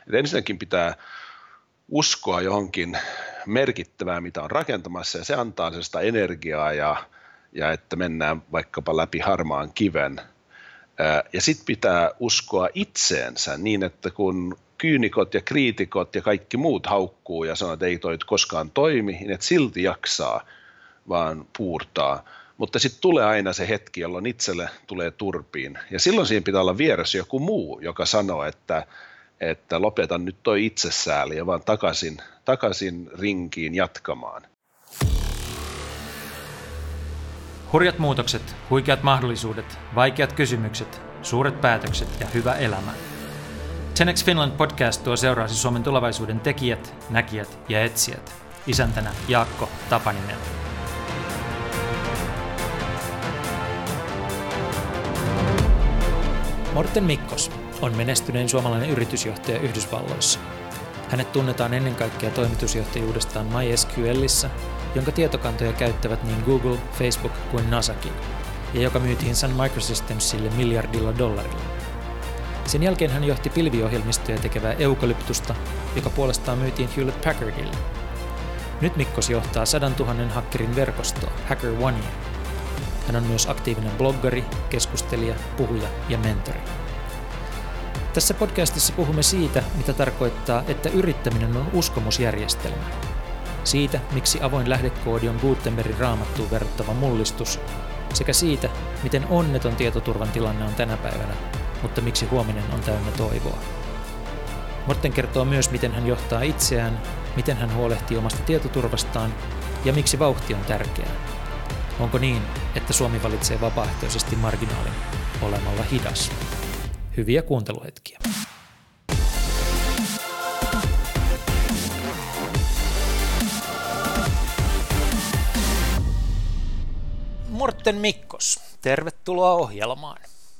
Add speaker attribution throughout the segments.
Speaker 1: Et ensinnäkin pitää uskoa johonkin merkittävää, mitä on rakentamassa, ja se antaa sitä energiaa ja että mennään vaikkapa läpi harmaan kiven. Ja sitten pitää uskoa itseensä niin, että kun kyynikot ja kriitikot ja kaikki muut haukkuu ja sanoo, että ei toi koskaan toimi, niin et silti jaksaa vaan puurtaa. Mutta sitten tulee aina se hetki, jolloin itselle tulee turpiin. Ja silloin siinä pitää olla vieressä joku muu, joka sanoo, että lopetan nyt toi itsesääli ja vaan takaisin rinkiin jatkamaan.
Speaker 2: Hurjat muutokset, huikeat mahdollisuudet, vaikeat kysymykset, suuret päätökset ja hyvä elämä. 10X Finland podcast tuo seuraasi Suomen tulevaisuuden tekijät, näkijät ja etsijät. Isäntänä Jaakko Tapaninen. Morten Mikkos on menestyneen suomalainen yritysjohtaja Yhdysvalloissa. Hänet tunnetaan ennen kaikkea toimitusjohtajuudestaan MySQLissä, jonka tietokantoja käyttävät niin Google, Facebook kuin NASAkin, ja joka myytiin Sun Microsystemsille $1 miljardilla. Sen jälkeen hän johti pilviohjelmistoja tekevää Eukalyptusta, joka puolestaan myytiin Hewlett Packardille. Nyt Mikkos johtaa 100 000 hakkerin verkostoa, HackerOnea. Hän on myös aktiivinen bloggari, keskustelija, puhuja ja mentori. Tässä podcastissa puhumme siitä, mitä tarkoittaa, että yrittäminen on uskomusjärjestelmä. Siitä, miksi avoin lähdekoodi on Gutenbergin Raamattuun verrattava mullistus, sekä siitä, miten onneton tietoturvan tilanne on tänä päivänä, mutta miksi huominen on täynnä toivoa. Morten kertoo myös, miten hän johtaa itseään, miten hän huolehtii omasta tietoturvastaan ja miksi vauhti on tärkeää. Onko niin, että Suomi valitsee vapaaehtoisesti marginaalin olemalla hidas? Hyviä kuunteluhetkiä. Morten Mikkos, tervetuloa ohjelmaan.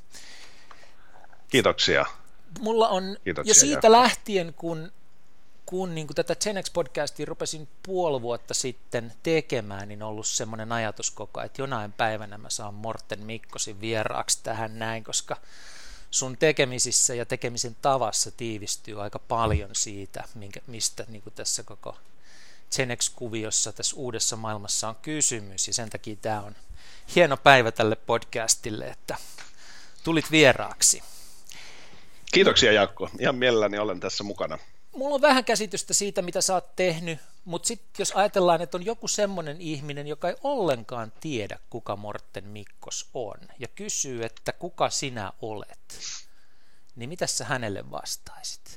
Speaker 1: Kiitoksia.
Speaker 2: Mulla on jo siitä Jaakko lähtien, kun niin kuin tätä 10X-podcastia rupesin puoli vuotta sitten tekemään, niin on ollut semmoinen ajatus koko ajan, että jonain päivänä mä saan Morten Mikkosin vieraaksi tähän näin, koska sun tekemisissä ja tekemisen tavassa tiivistyy aika paljon siitä, mistä niin kuin tässä koko 10X-kuviossa tässä uudessa maailmassa on kysymys, ja sen takia tämä on hieno päivä tälle podcastille, että tulit vieraaksi.
Speaker 1: Kiitoksia Jaakko, ihan mielelläni olen tässä mukana.
Speaker 2: Mulla on vähän käsitystä siitä, mitä sä oot tehnyt, mutta sitten jos ajatellaan, että on joku semmoinen ihminen, joka ei ollenkaan tiedä, kuka Morten Mikkos on, ja kysyy, että kuka sinä olet, niin mitä sä hänelle vastaisit?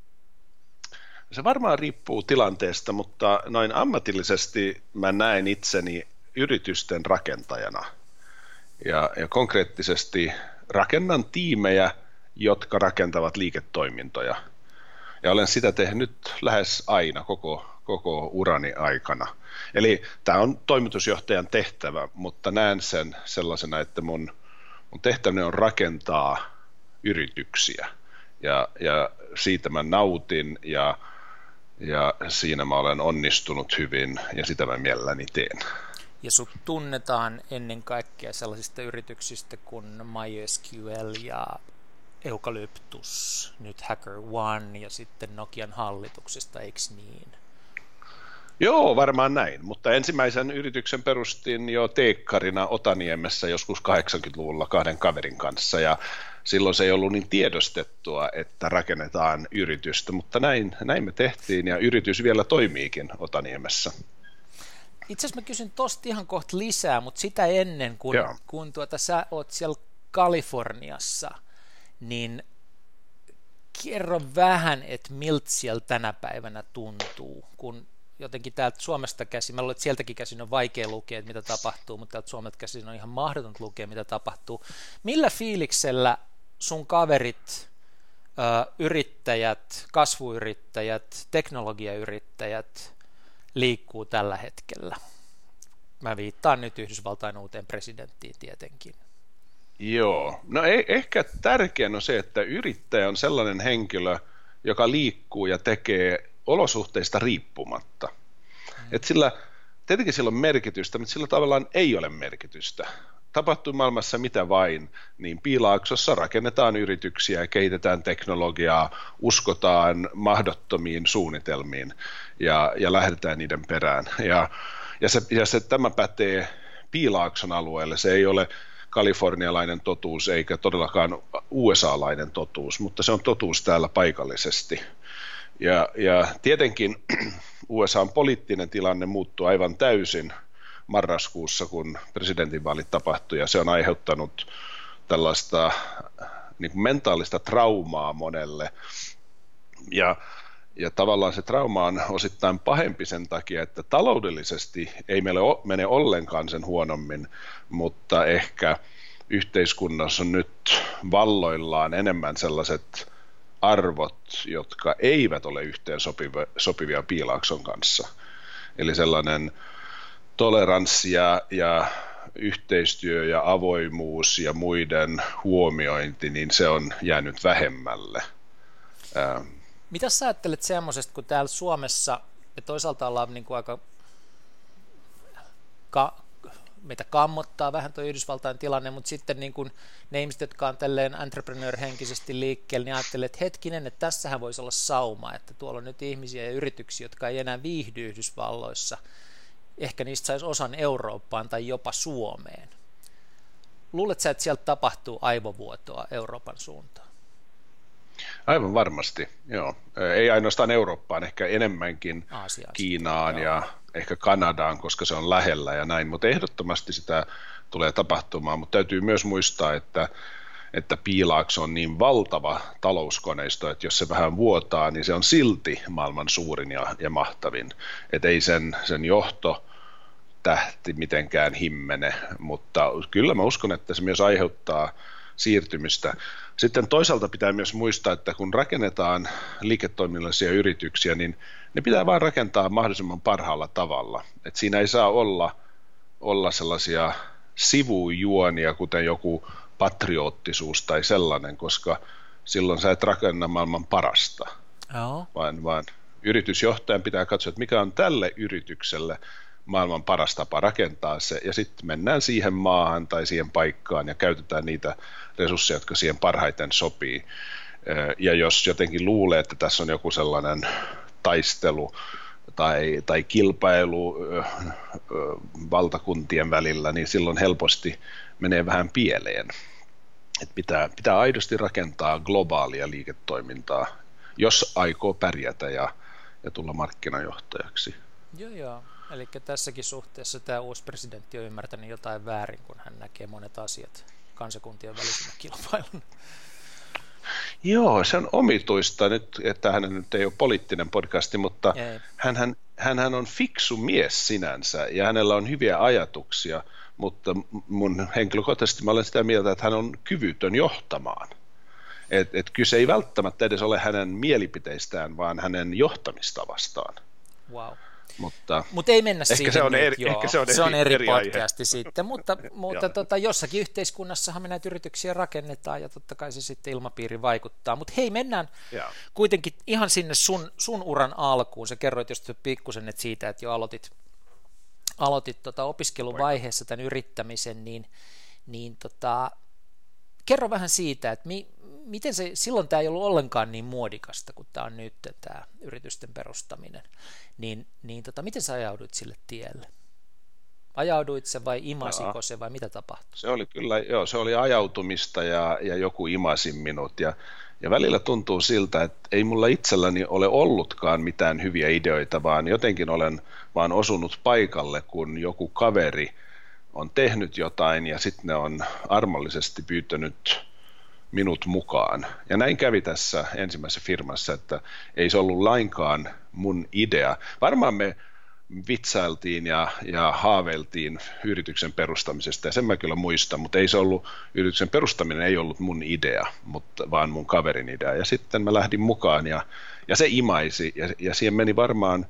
Speaker 1: Se varmaan riippuu tilanteesta, mutta noin ammatillisesti mä näen itseni yritysten rakentajana. Ja konkreettisesti rakennan tiimejä, jotka rakentavat liiketoimintoja. Ja olen sitä tehnyt lähes aina koko urani aikana. Eli tämä on toimitusjohtajan tehtävä, mutta näen sen sellaisena, että mun tehtäväni on rakentaa yrityksiä. Ja siitä mä nautin ja siinä mä olen onnistunut hyvin ja sitä mä mielelläni teen.
Speaker 2: Ja sut tunnetaan ennen kaikkea sellaisista yrityksistä kuin MySQL ja Eukalyptus, nyt HackerOne ja sitten Nokian hallituksesta, eikö niin?
Speaker 1: Joo, varmaan näin, mutta ensimmäisen yrityksen perustin jo teekkarina Otaniemessä joskus 80-luvulla 2 kaverin kanssa, ja silloin se ei ollut niin tiedostettua, että rakennetaan yritystä, mutta näin me tehtiin, ja yritys vielä toimiikin Otaniemessä.
Speaker 2: Itse asiassa mä kysyn tosta ihan kohta lisää, mutta sitä ennen, kun sä oot siellä Kaliforniassa, niin kerro vähän, että miltä siellä tänä päivänä tuntuu, kun jotenkin täältä Suomesta käsin, mä luulen, että sieltäkin käsin on vaikea lukea, että mitä tapahtuu, mutta täältä Suomesta käsin on ihan mahdotonta lukea, mitä tapahtuu. Millä fiiliksellä sun kaverit, yrittäjät, kasvuyrittäjät, teknologiayrittäjät liikkuu tällä hetkellä? Mä viittaan nyt Yhdysvaltain uuteen presidenttiin tietenkin.
Speaker 1: Joo, no ehkä tärkein on se, että yrittäjä on sellainen henkilö, joka liikkuu ja tekee olosuhteista riippumatta. Et tietenkin sillä on merkitystä, mutta sillä tavallaan ei ole merkitystä. tapahtuu maailmassa mitä vain, niin Piilaaksossa rakennetaan yrityksiä, kehitetään teknologiaa, uskotaan mahdottomiin suunnitelmiin ja lähdetään niiden perään. Tämä pätee Piilaakson alueelle. Se ei ole kalifornialainen totuus eikä todellakaan USA-lainen totuus, mutta se on totuus täällä paikallisesti. Ja tietenkin USA:n poliittinen tilanne muuttuu aivan täysin marraskuussa, kun presidentinvaalit tapahtui, ja se on aiheuttanut tällaista niin kuin mentaalista traumaa monelle. Ja tavallaan se trauma on osittain pahempi sen takia, että taloudellisesti ei meille mene ollenkaan sen huonommin, mutta ehkä yhteiskunnassa on nyt valloillaan enemmän sellaiset arvot, jotka eivät ole yhteen sopivia Piilaakson kanssa. Eli sellainen toleranssi ja yhteistyö ja avoimuus ja muiden huomiointi, niin se on jäänyt vähemmälle.
Speaker 3: Mitä sä ajattelet semmoisesta, kun täällä Suomessa, ja toisaalta ollaan niin kuin aika, meitä kammottaa vähän tuo Yhdysvaltain tilanne, mutta sitten niin kuin ne ihmiset, jotka on tälleen entrepreneur-henkisesti liikkeellä, niin ajattelee, että hetkinen, että tässähän voisi olla sauma, että tuolla on nyt ihmisiä ja yrityksiä, jotka ei enää viihdy Yhdysvalloissa. Ehkä niistä saisi osan Eurooppaan tai jopa Suomeen. Luuletko sä, että sieltä tapahtuu aivovuotoa Euroopan suuntaan?
Speaker 1: Aivan varmasti, joo. Ei ainoastaan Eurooppaan, ehkä enemmänkin
Speaker 3: Aasiaan,
Speaker 1: Kiinaan ja ehkä Kanadaan, koska se on lähellä ja näin, mutta ehdottomasti sitä tulee tapahtumaan, mutta täytyy myös muistaa, että Piilaakso on niin valtava talouskoneisto, että jos se vähän vuotaa, niin se on silti maailman suurin ja mahtavin, että ei sen johto tähti mitenkään himmene, mutta kyllä mä uskon, että se myös aiheuttaa siirtymistä. Sitten toisaalta pitää myös muistaa, että kun rakennetaan liiketoiminnallisia yrityksiä, niin ne pitää vain rakentaa mahdollisimman parhaalla tavalla. Et siinä ei saa olla sellaisia sivujuonia, kuten joku patriottisuus tai sellainen, koska silloin sä et rakenna maailman parasta, vaan yritysjohtajan pitää katsoa, että mikä on tälle yritykselle maailman paras tapa rakentaa se, ja sitten mennään siihen maahan tai siihen paikkaan ja käytetään niitä resursseja, jotka siihen parhaiten sopii. Ja jos jotenkin luulee, että tässä on joku sellainen taistelu tai kilpailu valtakuntien välillä, niin silloin helposti menee vähän pieleen. Et pitää aidosti rakentaa globaalia liiketoimintaa, jos aikoo pärjätä ja tulla markkinajohtajaksi.
Speaker 3: Joo. Eli tässäkin suhteessa tämä uusi presidentti on ymmärtänyt jotain väärin, kun hän näkee monet asiat kansakuntien välisenä kilpailun.
Speaker 1: Joo, se on omituista nyt, että hän nyt ei ole poliittinen podcasti, mutta hänhän on fiksu mies sinänsä ja hänellä on hyviä ajatuksia, mutta mun henkilökohtaisesti mä olen sitä mieltä, että hän on kyvytön johtamaan. Et kyse ei välttämättä edes ole hänen mielipiteistään, vaan hänen johtamistavastaan.
Speaker 3: Wow.
Speaker 1: Mutta
Speaker 3: ei mennä siihen
Speaker 1: se on
Speaker 3: eri podcasti sitten, mutta jossakin yhteiskunnassahan me näitä yrityksiä rakennetaan ja totta kai se sitten ilmapiiri vaikuttaa, mutta hei, mennään kuitenkin ihan sinne sun uran alkuun. Sä kerroit just pikkusen siitä, että jo aloitit opiskeluvaiheessa tämän yrittämisen, niin kerro vähän siitä, että miten silloin tämä ei ollut ollenkaan niin muodikasta kuin tämä on nyt, tämä yritysten perustaminen, niin miten sä ajauduit sille tielle? Ajauduit se vai imasiko se vai mitä tapahtui?
Speaker 1: Se oli kyllä, se oli ajautumista ja joku imasi minut ja välillä tuntuu siltä, että ei mulla itselläni ole ollutkaan mitään hyviä ideoita, vaan jotenkin olen vaan osunut paikalle, kun joku kaveri on tehnyt jotain ja sitten ne on armollisesti pyytänyt minut mukaan. Ja näin kävi tässä ensimmäisessä firmassa, että ei se ollut lainkaan mun idea. Varmaan me vitsailtiin ja haaveiltiin yrityksen perustamisesta, ja sen mä kyllä muistan, mutta ei se ollut, yrityksen perustaminen ei ollut mun idea, vaan mun kaverin idea. Ja sitten mä lähdin mukaan, ja se imaisi, ja siihen meni varmaan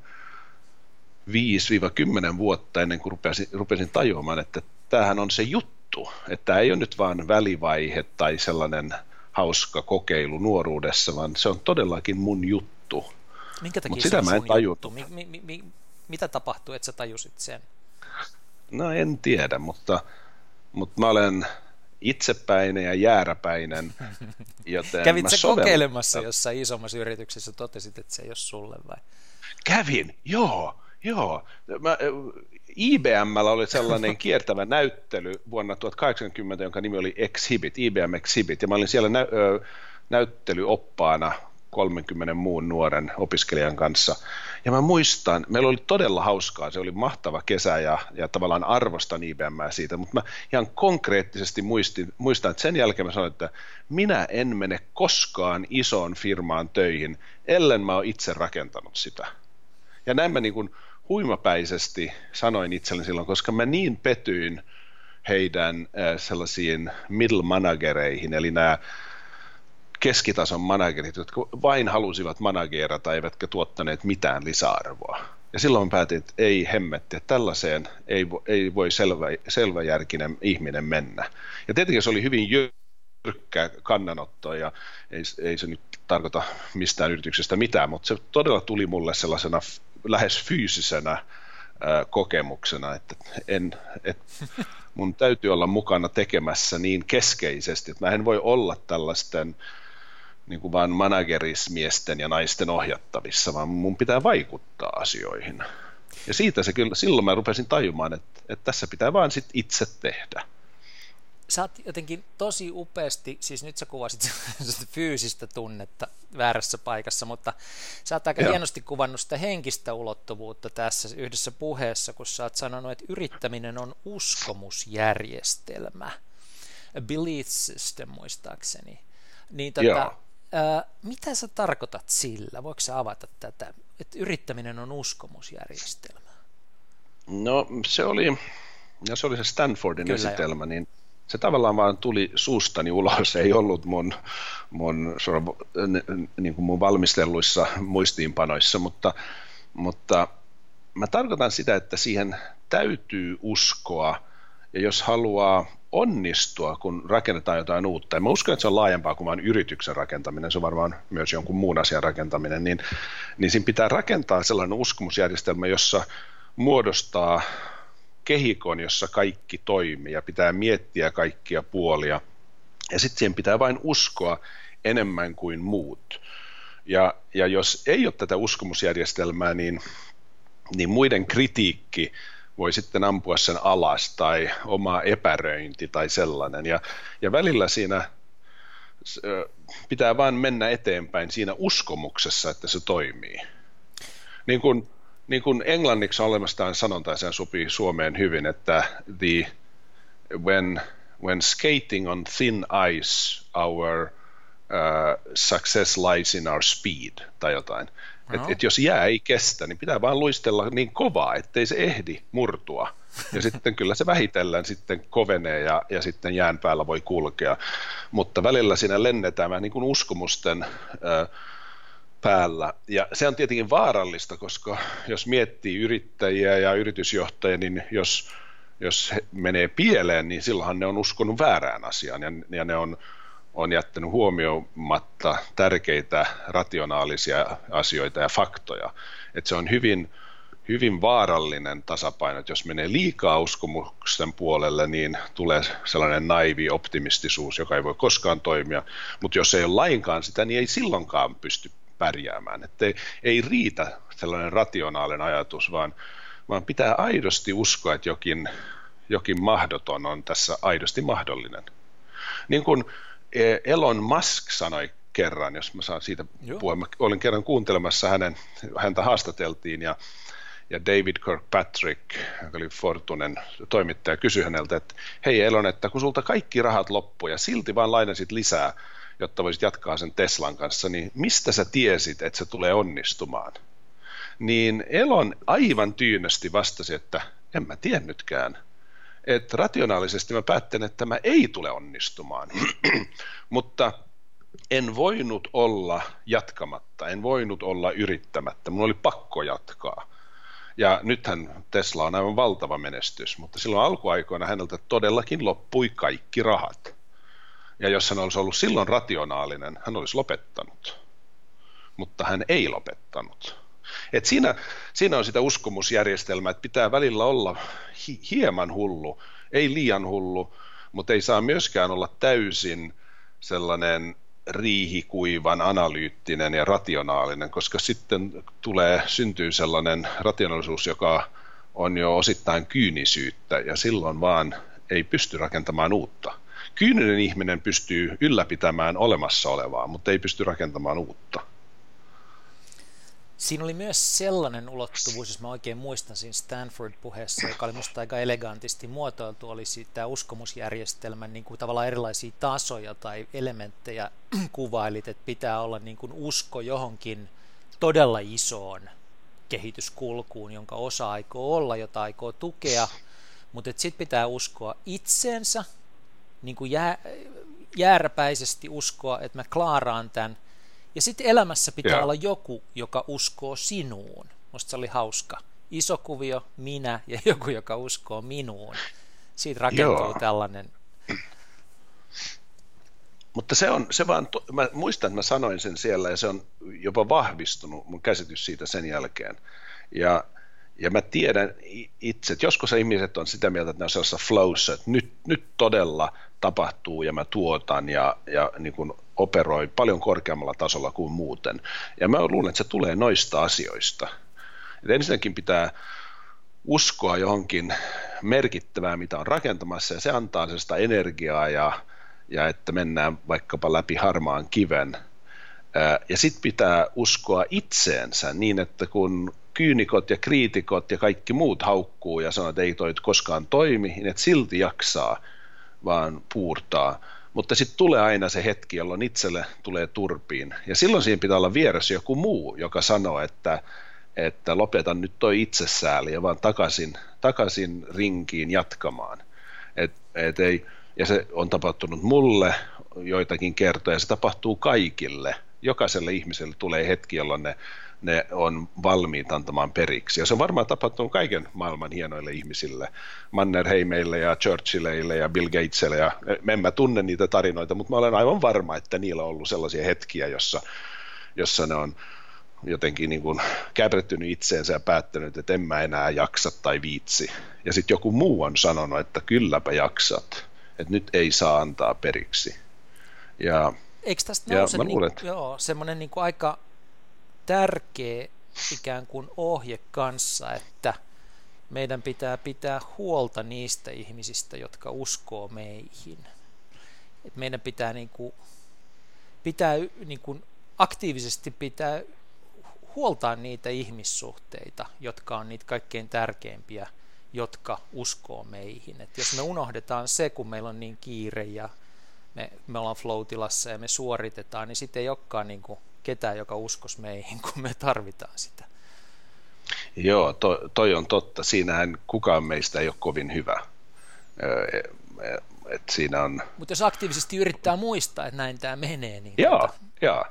Speaker 1: 5-10 vuotta ennen kuin rupesin tajuamaan, että tämähän on se juttu, että tämä ei ole nyt vaan välivaihe tai sellainen hauska kokeilu nuoruudessa, vaan se on todellakin mun juttu.
Speaker 3: Minkä takia
Speaker 1: sitä mä en tajunnut.
Speaker 3: Mitä tapahtui, että sä tajusit sen?
Speaker 1: No en tiedä, mutta mutta mä olen itsepäinen ja jääräpäinen, joten
Speaker 3: kävit sä kokeilemassa jossain isommassa yrityksessä, totesit, että se ei ole sulle vai?
Speaker 1: Kävin, joo. IBM:llä oli sellainen kiertävä näyttely vuonna 1980, jonka nimi oli Exhibit, IBM Exhibit, ja mä olin siellä näyttelyoppaana 30 muun nuoren opiskelijan kanssa. Ja mä muistan, meillä oli todella hauskaa, se oli mahtava kesä ja tavallaan arvostan IBM:ää siitä, mutta mä ihan konkreettisesti muistan, että sen jälkeen mä sanoin, että minä en mene koskaan isoon firmaan töihin, ellen mä oon itse rakentanut sitä. Ja näin mä niin kuin huimapäisesti sanoin itselleni silloin, koska mä niin petyin heidän sellaisiin middle managereihin, eli nämä keskitason managerit, jotka vain halusivat managerata, eivätkä tuottaneet mitään lisäarvoa. Ja silloin mä päätin, että ei hemmetti, että tällaiseen ei voi selväjärkinen ihminen mennä. Ja tietenkin se oli hyvin jyrkkä kannanotto, ja ei se nyt tarkoita mistään yrityksestä mitään, mutta se todella tuli mulle sellaisena lähes fyysisenä kokemuksena, että mun täytyy olla mukana tekemässä niin keskeisesti, että mä en voi olla tällaisten niin kuin vaan managerismiesten ja naisten ohjattavissa, vaan mun pitää vaikuttaa asioihin. Ja siitä se kyllä, silloin mä rupesin tajumaan, että tässä pitää vaan sit itse tehdä.
Speaker 3: Sä oot jotenkin tosi upeasti, siis nyt sä kuvasit fyysistä tunnetta väärässä paikassa, mutta sä oot aika hienosti kuvannut sitä henkistä ulottuvuutta tässä yhdessä puheessa, kun sä oot sanonut, että yrittäminen on uskomusjärjestelmä, a belief system muistaakseni. Niin mitä sä tarkoitat sillä? Voiko sä avata tätä, että yrittäminen on uskomusjärjestelmä?
Speaker 1: No se oli se Stanfordin esitelmä, niin se tavallaan vaan tuli suustani ulos, ei ollut mun valmistelluissa muistiinpanoissa, mutta mä tarkoitan sitä, että siihen täytyy uskoa, ja jos haluaa onnistua, kun rakennetaan jotain uutta, ja mä uskon, että se on laajempaa kuin vain yrityksen rakentaminen, se on varmaan myös jonkun muun asian rakentaminen, niin siinä pitää rakentaa sellainen uskomusjärjestelmä, jossa muodostaa kehikon, jossa kaikki toimii ja pitää miettiä kaikkia puolia ja sitten siihen pitää vain uskoa enemmän kuin muut. Ja jos ei ole tätä uskomusjärjestelmää, niin muiden kritiikki voi sitten ampua sen alas tai oma epäröinti tai sellainen. Ja välillä siinä pitää vain mennä eteenpäin siinä uskomuksessa, että se toimii. Niin kuin englanniksi on olemassa sanonta, ja sen sopii Suomeen hyvin, että when skating on thin ice, our success lies in our speed, tai jotain. Et jos jää ei kestä, niin pitää vaan luistella niin kovaa, ettei se ehdi murtua. Ja sitten kyllä se vähitellen sitten kovenee ja sitten jään päällä voi kulkea. Mutta välillä siinä lennetään vähän niin kuin uskomusten päällä. Ja se on tietenkin vaarallista, koska jos miettii yrittäjiä ja yritysjohtajia, niin jos he menee pieleen, niin silloinhan ne on uskonut väärään asiaan ja ne on jättänyt huomioimatta tärkeitä rationaalisia asioita ja faktoja. Et se on hyvin, hyvin vaarallinen tasapaino, että jos menee liikaa uskomuksen puolelle, niin tulee sellainen naivi optimistisuus, joka ei voi koskaan toimia, mutta jos ei ole lainkaan sitä, niin ei silloinkaan pysty pärjäämään. Että ei riitä sellainen rationaalinen ajatus, vaan pitää aidosti uskoa, että jokin mahdoton on tässä aidosti mahdollinen. Niin kuin Elon Musk sanoi kerran, jos mä saan siitä puhua, mä olin kerran kuuntelemassa häntä haastateltiin ja David Kirkpatrick, joka oli Fortunen toimittaja, kysyi häneltä, että hei Elon, että kun sulta kaikki rahat loppuu ja silti vaan lainasit lisää, jotta voisit jatkaa sen Teslan kanssa, niin mistä sä tiesit, että se tulee onnistumaan? Niin Elon aivan tyynesti vastasi, että en mä tiennytkään. Että rationaalisesti mä päättelin, että tämä ei tule onnistumaan, mutta en voinut olla jatkamatta, en voinut olla yrittämättä, mun oli pakko jatkaa. Ja nythän Tesla on aivan valtava menestys, mutta silloin alkuaikoina häneltä todellakin loppui kaikki rahat. Ja jos hän olisi ollut silloin rationaalinen, hän olisi lopettanut, mutta hän ei lopettanut. Et siinä on sitä uskomusjärjestelmää, että pitää välillä olla hieman hullu, Ei liian hullu, mutta ei saa myöskään olla täysin sellainen riihikuivan, analyyttinen ja rationaalinen, koska sitten syntyy sellainen rationaalisuus, joka on jo osittain kyynisyyttä, ja silloin vaan ei pysty rakentamaan uutta. Kyyninen ihminen pystyy ylläpitämään olemassa olevaa, mutta ei pysty rakentamaan uutta.
Speaker 3: Siinä oli myös sellainen ulottuvuus, jos mä oikein muistan siinä Stanford-puheessa, joka oli musta aika elegantisti muotoiltu, oli tämä uskomusjärjestelmän niin kuin tavallaan erilaisia tasoja tai elementtejä kuvailit, että pitää olla niin kuin usko johonkin todella isoon kehityskulkuun, jonka osa aikoo olla, jota aikoo tukea, mutta sitten pitää uskoa itseensä, niin kuin jääräpäisesti uskoa, että mä klaaraan tämän. Ja sitten elämässä pitää olla joku, joka uskoo sinuun. Musta se oli hauska. Iso kuvio, minä ja joku, joka uskoo minuun. Siitä rakentuu tällainen.
Speaker 1: Mutta mä muistan, että mä sanoin sen siellä ja se on jopa vahvistunut mun käsitys siitä sen jälkeen. Ja mä tiedän itse, että joskus ihmiset on sitä mieltä, että ne on sellaisessa flowssa, että nyt todella tapahtuu ja mä tuotan ja niin kuin operoi paljon korkeammalla tasolla kuin muuten. Ja mä luulen, että se tulee noista asioista. Et ensinnäkin pitää uskoa johonkin merkittävää, mitä on rakentamassa, ja se antaa sellaista energiaa ja että mennään vaikkapa läpi harmaan kiven. Ja sitten pitää uskoa itseensä niin, että kun kyynikot ja kriitikot ja kaikki muut haukkuu ja sanoo, että ei toi koskaan toimi, niin että silti jaksaa vaan puurtaa. Mutta sitten tulee aina se hetki, jolloin itselle tulee turpiin. Ja silloin siinä pitää olla vieressä joku muu, joka sanoo, että lopetan nyt toi itsesääli ja vaan takaisin rinkiin jatkamaan. Ja se on tapahtunut mulle joitakin kertoja, se tapahtuu kaikille. Jokaiselle ihmiselle tulee hetki, jolloin ne on valmiit antamaan periksi. Ja se on varmaan tapahtunut kaiken maailman hienoille ihmisille, Mannerheimille ja Churchilleille ja Bill Gatesille. Ja en mä tunne niitä tarinoita, mutta mä olen aivan varma, että niillä on ollut sellaisia hetkiä, jossa ne on jotenkin niin kuin käpertynyt itseensä ja päättänyt, että en mä enää jaksa tai viitsi. Ja sitten joku muu on sanonut, että kylläpä jaksat, että nyt ei saa antaa periksi.
Speaker 3: Eikö tästä nouse semmoinen niin kuin aika tärkeä ikään kuin ohje kanssa, että meidän pitää pitää huolta niistä ihmisistä, jotka uskoo meihin. Et meidän pitää, aktiivisesti pitää huoltaa niitä ihmissuhteita, jotka on niitä kaikkein tärkeimpiä, jotka uskoo meihin. Et jos me unohdetaan se, kun meillä on niin kiire ja me ollaan flow-tilassa ja me suoritetaan, niin sitten ei olekaan ketään, joka uskoisi meihin, kun me tarvitaan sitä.
Speaker 1: Joo, toi on totta. Siinähän kukaan meistä ei ole kovin hyvä. Siinä on...
Speaker 3: Mutta jos aktiivisesti yrittää muistaa, että näin tämä menee, niin...
Speaker 1: Joo.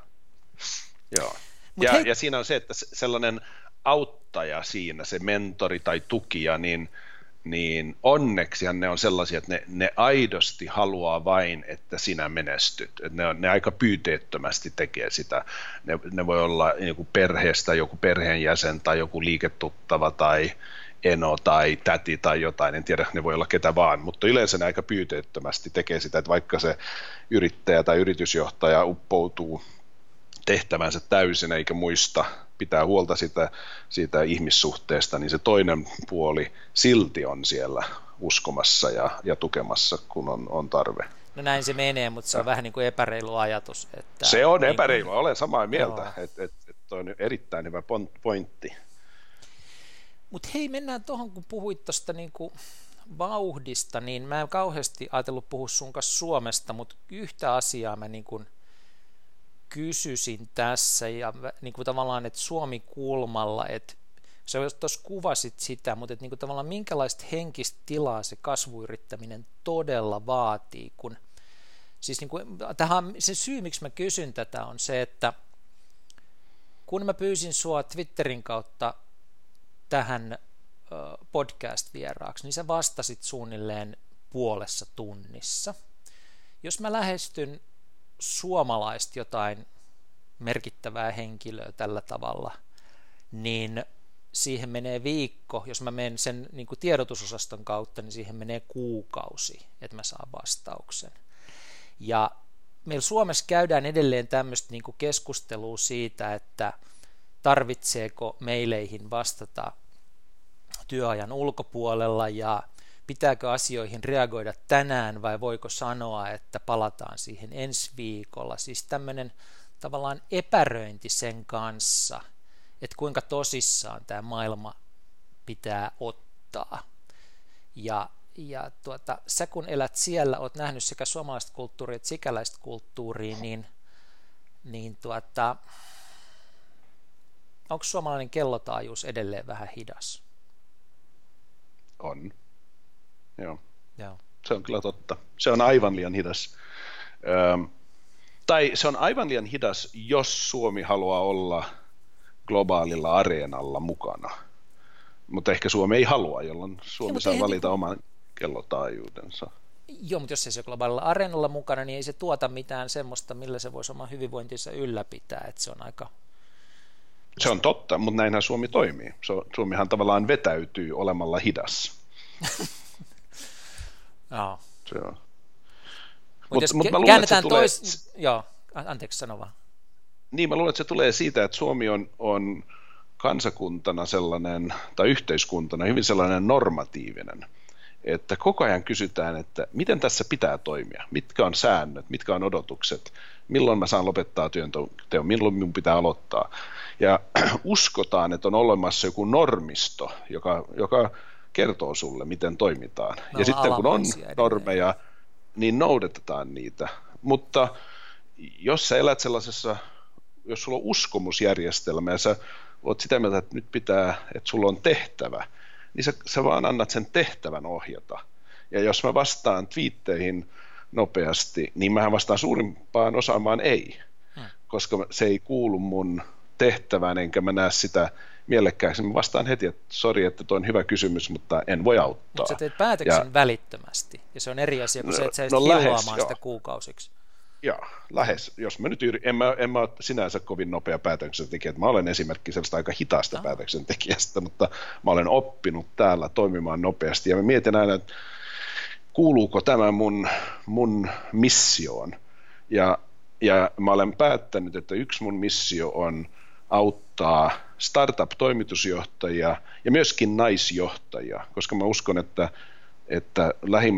Speaker 1: Ja siinä on se, että sellainen auttaja siinä, se mentori tai tukija, niin onneksihan ne on sellaisia, että ne aidosti haluaa vain, että sinä menestyt. Että ne aika pyyteettömästi tekee sitä. Ne voi olla joku perheestä, joku perheenjäsen tai joku liiketuttava tai eno tai täti tai jotain. En tiedä, ne voi olla ketä vaan, mutta yleensä ne aika pyyteettömästi tekee sitä, että vaikka se yrittäjä tai yritysjohtaja uppoutuu tehtävänsä täysin eikä muista pitää huolta siitä ihmissuhteesta, niin se toinen puoli silti on siellä uskomassa ja tukemassa, kun on tarve.
Speaker 3: No näin se menee, mutta se on vähän niin kuin epäreilu ajatus. Että
Speaker 1: se on epäreilu, olen samaa mieltä, että on erittäin hyvä pointti.
Speaker 3: Mutta hei, mennään tuohon, kun puhuit tuosta niinku vauhdista, niin mä en kauheasti ajatellut puhua sun kanssa Suomesta, mutta yhtä asiaa mä niinku kysyisin tässä, ja niin kuin tavallaan, että Suomi-kulmalla, että sä tuossa kuvasit sitä, mutta että niin kuin tavallaan minkälaista henkistä tilaa se kasvuyrittäminen todella vaatii, kun siis niin kuin, se syy, miksi mä kysyn tätä, on se, että kun mä pyysin sua Twitterin kautta tähän podcast-vieraaksi, niin sä vastasit suunnilleen puolessa tunnissa. Jos mä lähestyn suomalaista jotain merkittävää henkilöä tällä tavalla, niin siihen menee viikko, jos mä menen sen niin kuin tiedotusosaston kautta, niin siihen menee kuukausi, että mä saan vastauksen. Ja meillä Suomessa käydään edelleen tämmöistä niin kuin keskustelua siitä, että tarvitseeko meileihin vastata työajan ulkopuolella ja pitääkö asioihin reagoida tänään vai voiko sanoa, että palataan siihen ensi viikolla. Siis tämmöinen tavallaan epäröinti sen kanssa, että kuinka tosissaan tämä maailma pitää ottaa. Ja sä kun elät siellä, oot nähnyt sekä suomalaista kulttuuria että sikäläistä kulttuuria, niin onko suomalainen kellotaajuus edelleen vähän hidas?
Speaker 1: On. Joo. Se on kyllä totta. Se on aivan liian hidas. Tai se on aivan liian hidas, jos Suomi haluaa olla globaalilla areenalla mukana. Mutta ehkä Suomi ei halua, jolloin Suomi saa valita oman kellotaajuudensa.
Speaker 3: Joo, mutta jos ei se ole globaalilla areenalla mukana, niin ei se tuota mitään semmoista, millä se voisi oman hyvinvointinsa ylläpitää. Että se on aika...
Speaker 1: Se on totta, mutta näinhän Suomi toimii. Suomihan tavallaan vetäytyy olemalla hidas.
Speaker 3: Joo.
Speaker 1: Se on.
Speaker 3: Mutta jos käännetään Joo, anteeksi, sano vaan.
Speaker 1: Niin, mä luulen, että se tulee siitä, että Suomi on kansakuntana sellainen, tai yhteiskuntana hyvin sellainen normatiivinen, että koko ajan kysytään, että miten tässä pitää toimia, mitkä on säännöt, mitkä on odotukset, milloin mä saan lopettaa työnteon, milloin minun pitää aloittaa. Ja uskotaan, että on olemassa joku normisto, joka kertoo sulle, miten toimitaan. Ja sitten kun on normeja, niin noudatetaan niitä. Mutta jos sä elät sellaisessa, jos sulla on uskomusjärjestelmä ja sä oot sitä mieltä, että nyt pitää, että sulla on tehtävä, niin sä vaan annat sen tehtävän ohjata. Ja jos mä vastaan twiitteihin nopeasti, niin mähän vastaan suurimpaan osaan vaan ei, koska se ei kuulu mun tehtävään, enkä mä näe sitä mielekkääksi. Mä vastaan heti, että sori, että toi on hyvä kysymys, mutta en voi auttaa.
Speaker 3: Mutta sä teet päätöksen välittömästi, ja se on eri asia kuin se, että sä edes hilloamaan sitä kuukausiksi.
Speaker 1: Joo, lähes. Jos mä nyt en mä ole sinänsä kovin nopea päätöksentekijä. Mä olen esimerkki sellaista aika hitaasta päätöksentekijästä, mutta mä olen oppinut täällä toimimaan nopeasti. Ja mä mietin aina, että kuuluuko tämä mun missioon. Ja mä olen päättänyt, että yksi mun missio on auttaa startup-toimitusjohtajia ja myöskin naisjohtajia, koska mä uskon, että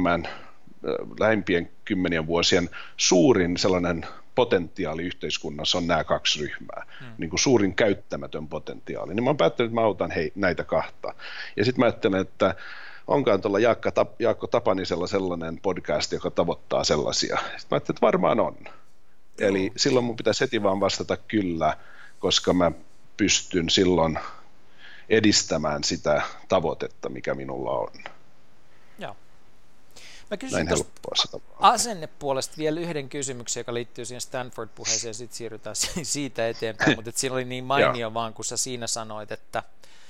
Speaker 1: lähimpien 10 vuosien suurin sellainen potentiaali yhteiskunnassa on nämä 2 ryhmää, niin kuin suurin käyttämätön potentiaali. Niin mä oon päättänyt, että mä autan näitä 2. Ja sitten mä ajattelen, että onkaan tuolla Jaakko Tapanisella sellainen podcast, joka tavoittaa sellaisia. Sitten mä ajattelin, että varmaan on. Eli silloin mun pitäisi heti vaan vastata kyllä, koska mä pystyn silloin edistämään sitä tavoitetta, mikä minulla on.
Speaker 3: Joo. Mä kysyn tuosta asennepuolesta vielä yhden kysymyksen, joka liittyy siihen Stanford-puheeseen, ja sitten siirrytään siitä eteenpäin, mutta siinä oli niin mainio vaan, kun sä siinä sanoit, että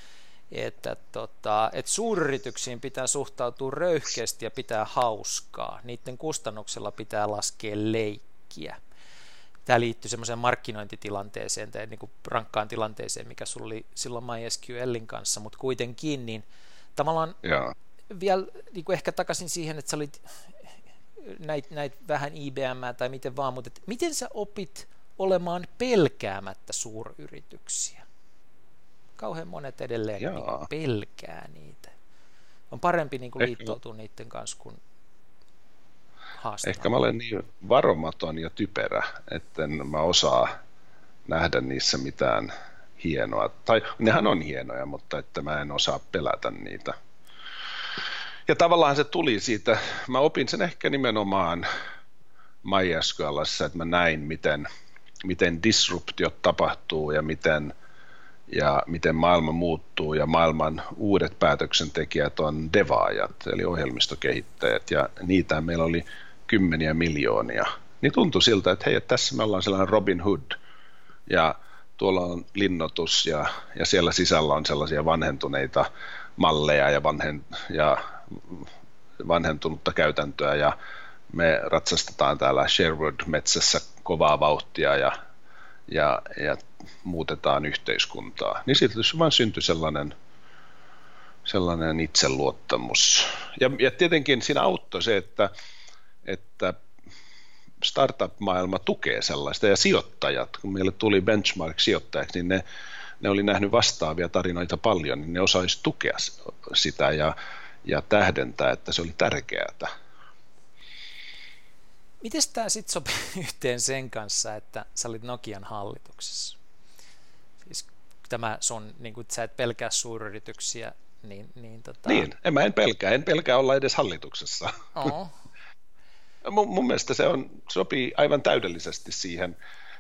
Speaker 3: suuryrityksiin pitää suhtautua röyhkeästi ja pitää hauskaa. Niiden kustannuksella pitää laskea leikkiä. Tämä liittyy semmoiseen markkinointitilanteeseen tai niin kuin rankkaan tilanteeseen, mikä sulla oli silloin MySQLin kanssa, mutta kuitenkin niin tavallaan vielä niin kuin ehkä takaisin siihen, että sä olit näitä vähän IBM tai miten vaan, mutta miten sä opit olemaan pelkäämättä suuryrityksiä? Kauhean monet edelleen niin kuin pelkää niitä. On parempi niin kuin liittoutua niiden kanssa kuin haastaa.
Speaker 1: Ehkä mä olen niin varomaton ja typerä, että en mä osaa nähdä niissä mitään hienoa. Tai nehän on hienoja, mutta että mä en osaa pelätä niitä. Ja tavallaan se tuli siitä, mä opin sen ehkä nimenomaan MySQL:ssä, että mä näin, miten disruptiot tapahtuu ja miten maailma muuttuu ja maailman uudet päätöksentekijät on devaajat, eli ohjelmistokehittäjät, ja niitä meillä oli 10 miljoonia. Niin tuntui siltä, että hei, tässä me ollaan sellainen Robin Hood, ja tuolla on linnoitus, ja siellä sisällä on sellaisia vanhentuneita malleja ja vanhentunutta käytäntöä, ja me ratsastetaan täällä Sherwood-metsässä kovaa vauhtia, ja muutetaan yhteiskuntaa. Niin siitä vaan syntyi sellainen itseluottamus. Ja tietenkin siinä auttoi se, että startup-maailma tukee sellaista, ja sijoittajat, kun meille tuli Benchmark-sijoittajaksi, niin ne oli nähnyt vastaavia tarinoita paljon, niin ne osaisi tukea sitä ja tähdentää, että se oli tärkeää.
Speaker 3: Miten tämä sitten sopii yhteen sen kanssa, että sä olit Nokian hallituksessa? Siis tämä sun, niin kun sä et pelkää suuryrityksiä, niin
Speaker 1: en pelkää olla edes hallituksessa.
Speaker 3: Oh.
Speaker 1: Mun mielestä se sopii aivan täydellisesti siihen.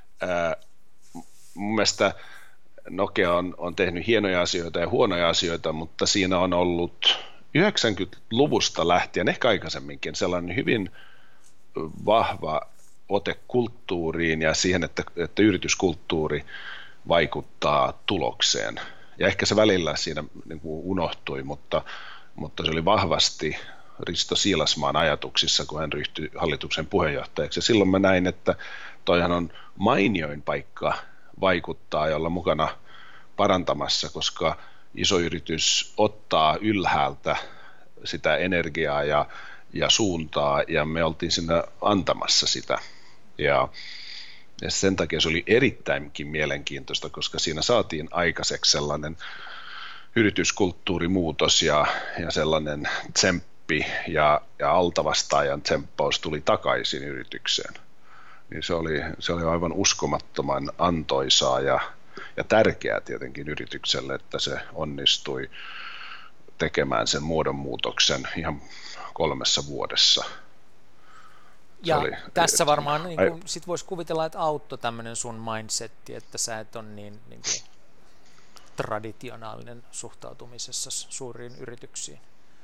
Speaker 1: Mun mielestä Nokia on tehnyt hienoja asioita ja huonoja asioita, mutta siinä on ollut 90-luvusta lähtien, ehkä aikaisemminkin, sellainen hyvin vahva ote kulttuuriin ja siihen, että yrityskulttuuri vaikuttaa tulokseen. Ja ehkä se välillä siinä niin kuin unohtui, mutta se oli vahvasti Risto Siilasmaan ajatuksissa, kun hän ryhtyi hallituksen puheenjohtajaksi. Ja silloin mä näin, että toihan on mainioin paikka vaikuttaa ja olla mukana parantamassa, koska iso yritys ottaa ylhäältä sitä energiaa ja suuntaa, ja me oltiin siinä antamassa sitä. Ja sen takia se oli erittäinkin mielenkiintoista, koska siinä saatiin aikaiseksi sellainen yrityskulttuurimuutos ja sellainen tsemppi ja altavastaajan tsemppaus tuli takaisin yritykseen. Niin se oli aivan uskomattoman antoisaa ja tärkeää tietenkin yritykselle, että se onnistui tekemään sen muodonmuutoksen ihan 3 vuodessa.
Speaker 3: Ja tässä varmaan niin sit voisi kuvitella, että auttoi tämmöinen sun mindsetti, että sä et ole niin kuin traditionaalinen suhtautumisessa suuriin yrityksiin.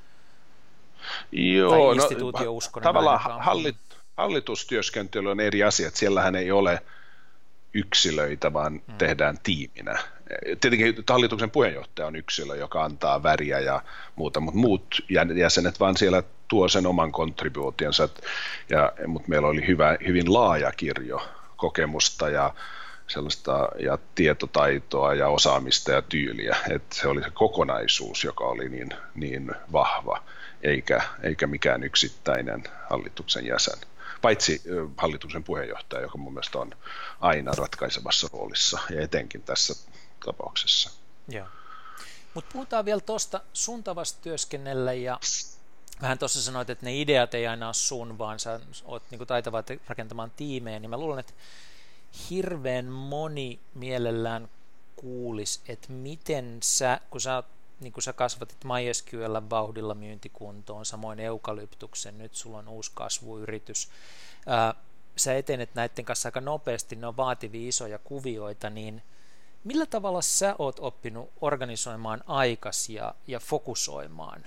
Speaker 1: Joo,
Speaker 3: tai instituutiouskonen.
Speaker 1: Tavallaan hallitustyöskentely on eri asiat. Siellähän ei ole yksilöitä, vaan tehdään tiiminä. Tietenkin hallituksen puheenjohtaja on yksilö, joka antaa väriä ja muuta, mutta muut jäsenet vaan siellä tuo sen oman kontribuutionsa, mutta meillä oli hyvin laaja kirjo kokemusta ja sellaista ja tietotaitoa ja osaamista ja tyyliä, että se oli se kokonaisuus, joka oli niin vahva, eikä mikään yksittäinen hallituksen jäsen. Paitsi hallituksen puheenjohtaja, joka mun mielestä on aina ratkaisevassa roolissa ja etenkin tässä tapauksessa.
Speaker 3: Joo. Mutta puhutaan vielä tuosta sun tavasta työskennellä ja vähän tuossa sanoit, että ne ideat ei aina ole sun, vaan sä oot niinku taitava rakentamaan tiimejä, niin mä luulen, että hirveän moni mielellään kuulisi, että miten sä, kun sä kasvatit MySQL vauhdilla myyntikuntoon, samoin Eukalyptuksen, nyt sulla on uusi kasvuyritys, sä etenet näiden kanssa aika nopeasti, ne on vaativia isoja kuvioita, niin millä tavalla sä oot oppinut organisoimaan aikas ja fokusoimaan?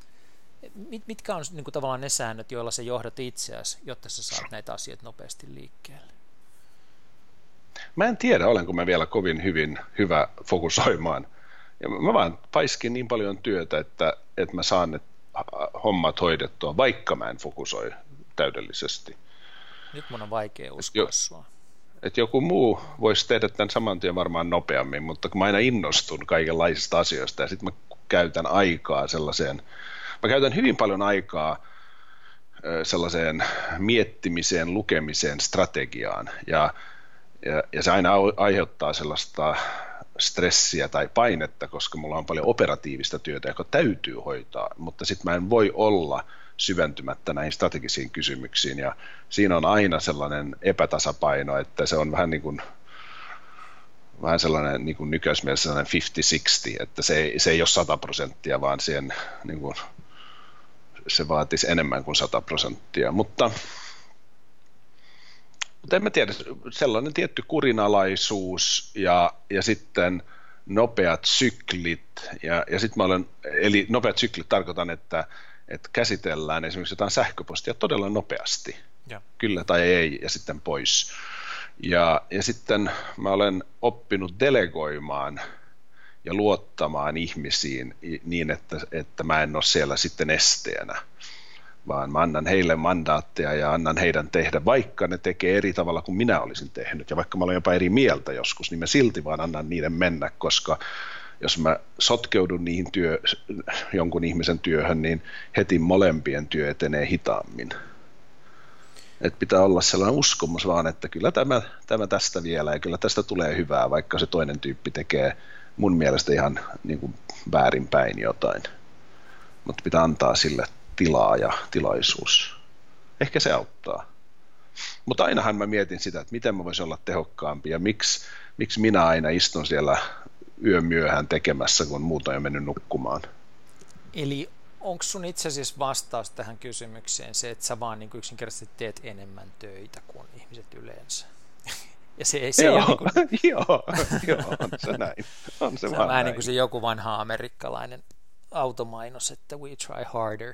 Speaker 3: Mitkä on niin kuin tavallaan ne säännöt, joilla sä johdat itseäsi, jotta sä saat näitä asioita nopeasti liikkeelle?
Speaker 1: Mä en tiedä, olenko mä vielä kovin hyvä fokusoimaan. Ja mä vaan paiskin niin paljon työtä, että mä saan ne hommat hoidettua, vaikka mä en fokusoi täydellisesti.
Speaker 3: Nyt mun on vaikea uskoa sua.
Speaker 1: Että joku muu voisi tehdä tämän saman tien varmaan nopeammin, mutta kun mä aina innostun kaikenlaisista asioista ja sitten mä käytän aikaa sellaiseen, mä käytän hyvin paljon aikaa sellaiseen miettimiseen, lukemiseen, strategiaan ja se aina aiheuttaa sellaista stressiä tai painetta, koska mulla on paljon operatiivista työtä, joka täytyy hoitaa, mutta sitten mä en voi olla syventymättä näihin strategisiin kysymyksiin, ja siinä on aina sellainen epätasapaino, että se on vähän sellainen niin kuin nykyismielessä sellainen 50-60, että se ei ole 100%, vaan se vaatisi enemmän kuin 100%, mutta en mä tiedä, sellainen tietty kurinalaisuus ja sitten nopeat syklit, ja sitten eli nopeat syklit tarkoitan, että käsitellään esimerkiksi jotain sähköpostia todella nopeasti, kyllä tai ei, ja sitten pois. Ja sitten mä olen oppinut delegoimaan ja luottamaan ihmisiin niin, että mä en ole siellä sitten esteenä. vaan mä annan heille mandaatteja ja annan heidän tehdä, vaikka ne tekee eri tavalla kuin minä olisin tehnyt. Ja vaikka mä olen jopa eri mieltä joskus, niin mä silti vaan annan niiden mennä, koska jos mä sotkeudun niihin jonkun ihmisen työhön, niin heti molempien työ etenee hitaammin. Et pitää olla sellainen uskomus vaan, että kyllä tämä tästä vielä ja kyllä tästä tulee hyvää, vaikka se toinen tyyppi tekee mun mielestä ihan niin kuin väärinpäin jotain. Mutta pitää antaa sille tilaa ja tilaisuus. Ehkä se auttaa. Mutta ainahan mä mietin sitä, että miten mä voisin olla tehokkaampi ja miksi minä aina istun siellä yön myöhään tekemässä, kun muut on jo mennyt nukkumaan.
Speaker 3: Eli onko sun itse asiassa vastaus tähän kysymykseen se, että sä vaan niin yksinkertaisesti teet enemmän töitä kuin ihmiset yleensä? Ja se ei
Speaker 1: joo,
Speaker 3: niin kuin...
Speaker 1: joo, on se näin. On se
Speaker 3: vähän
Speaker 1: näin.
Speaker 3: Niin kuin se joku vanha amerikkalainen automainos, että we try harder.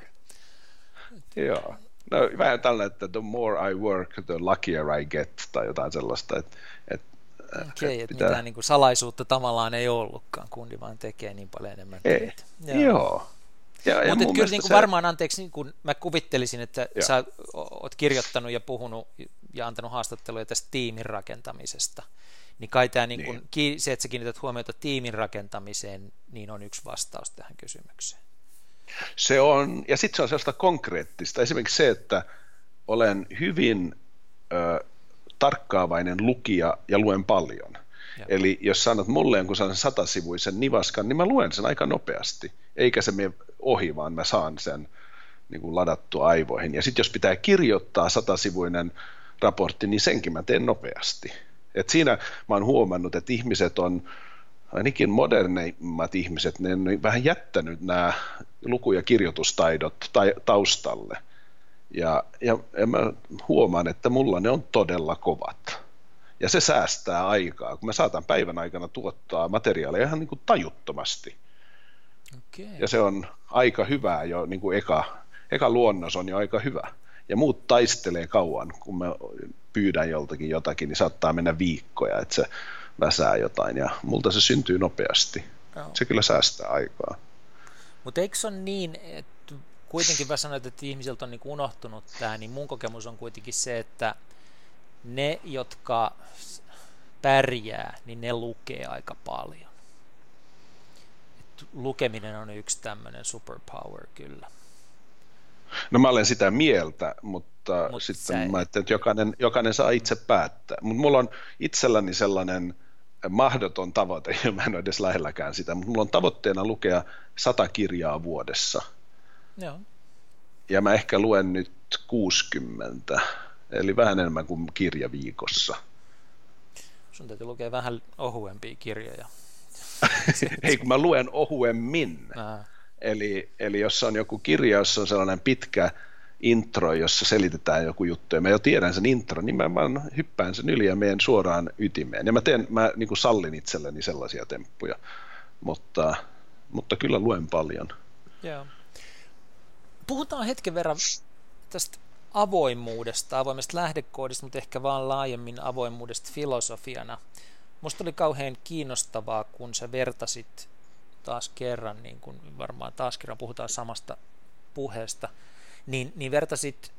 Speaker 1: Joo. No vähän tällainen, että the more I work, the luckier I get, tai jotain sellaista.
Speaker 3: Okei, että mitään niin kuin salaisuutta tavallaan ei ollutkaan, kundi vaan tekee niin paljon enemmän töitä.
Speaker 1: Joo.
Speaker 3: Mutta kyllä niin kuin varmaan, anteeksi, niin kuin mä kuvittelisin, että sä oot kirjoittanut ja puhunut ja antanut haastatteluja tästä tiimin rakentamisesta, niin kai tämä niin kuin, se, että sä kiinnität huomiota tiimin rakentamiseen, niin on yksi vastaus tähän kysymykseen.
Speaker 1: Se on, ja sitten se on sellaista konkreettista. Esimerkiksi se, että olen hyvin tarkkaavainen lukija ja luen paljon. Ja. Eli jos sanot mulle jonkun 100-sivuisen nivaskan, niin mä luen sen aika nopeasti. Eikä se mene ohi, vaan mä saan sen niin kuin ladattua aivoihin. Ja sitten jos pitää kirjoittaa 100-sivuinen raportti, niin senkin mä teen nopeasti. Et siinä mä oon huomannut, että ihmiset on, ainakin moderneimmat ihmiset, ne on vähän jättänyt nämä luku- ja kirjoitustaidot taustalle. Ja mä huomaan, että mulla ne on todella kovat. Ja se säästää aikaa, kun mä saatan päivän aikana tuottaa materiaalia ihan niin kuin tajuttomasti.
Speaker 3: Okay.
Speaker 1: Ja se on aika hyvää jo, niin kuin eka luonnos on jo aika hyvä. Ja muut taistelee kauan, kun mä pyydän joltakin jotakin, niin saattaa mennä viikkoja, että se väsää jotain. Ja multa se syntyy nopeasti. Se kyllä säästää aikaa.
Speaker 3: Mutta eikö se ole niin, että kuitenkin mä sanoin, että ihmisiltä on niin kuin unohtunut tämä, niin mun kokemus on kuitenkin se, että ne, jotka pärjää, niin ne lukee aika paljon. Lukeminen on yksi tämmöinen superpower kyllä.
Speaker 1: No mä olen sitä mieltä, mutta sitten mä ajattelin, että jokainen saa itse päättää. Mutta mulla on itselläni sellainen mahdoton tavoite, ja mä en ole edes lähelläkään sitä, mutta mulla on tavoitteena lukea 100 kirjaa vuodessa.
Speaker 3: Joo.
Speaker 1: Ja mä ehkä luen nyt 60, eli vähän enemmän kuin kirja viikossa.
Speaker 3: Sun täytyy lukea vähän ohuempia kirjoja.
Speaker 1: Ei, kun mä luen ohuemmin. Eli jos on joku kirja, jossa on sellainen pitkä intro, jossa selitetään joku juttu, ja mä jo tiedän sen intro, niin mä vaan hyppään sen yli ja menen suoraan ytimeen. Ja mä niin kuin sallin itselleni sellaisia temppuja, mutta kyllä luen paljon.
Speaker 3: Joo. Puhutaan hetken verran tästä avoimuudesta lähdekoodista, mutta ehkä vaan laajemmin avoimuudesta filosofiana. Musta oli kauhean kiinnostavaa, kun sä vertasit taas kerran, niin kuin varmaan taas kerran puhutaan samasta puheesta, niin vertasit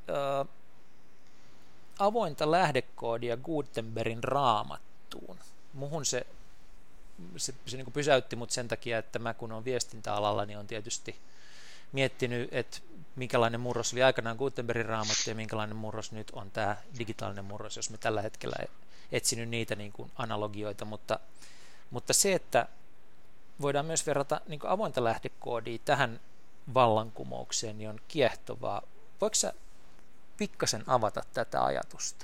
Speaker 3: avointa lähdekoodia Gutenbergin Raamattuun. Muhun se niin kuin pysäytti mut sen takia, että mä kun olen viestintäalalla, niin on tietysti miettinyt, että minkälainen murros oli aikanaan Gutenbergin Raamattu ja minkälainen murros nyt on tämä digitaalinen murros, jos me tällä hetkellä etsinyt niitä niin kuin analogioita, mutta se, että voidaan myös verrata niin kuin avointa lähdekoodia tähän vallankumoukseen, niin on kiehtovaa. Voiko sä pikkasen avata tätä ajatusta?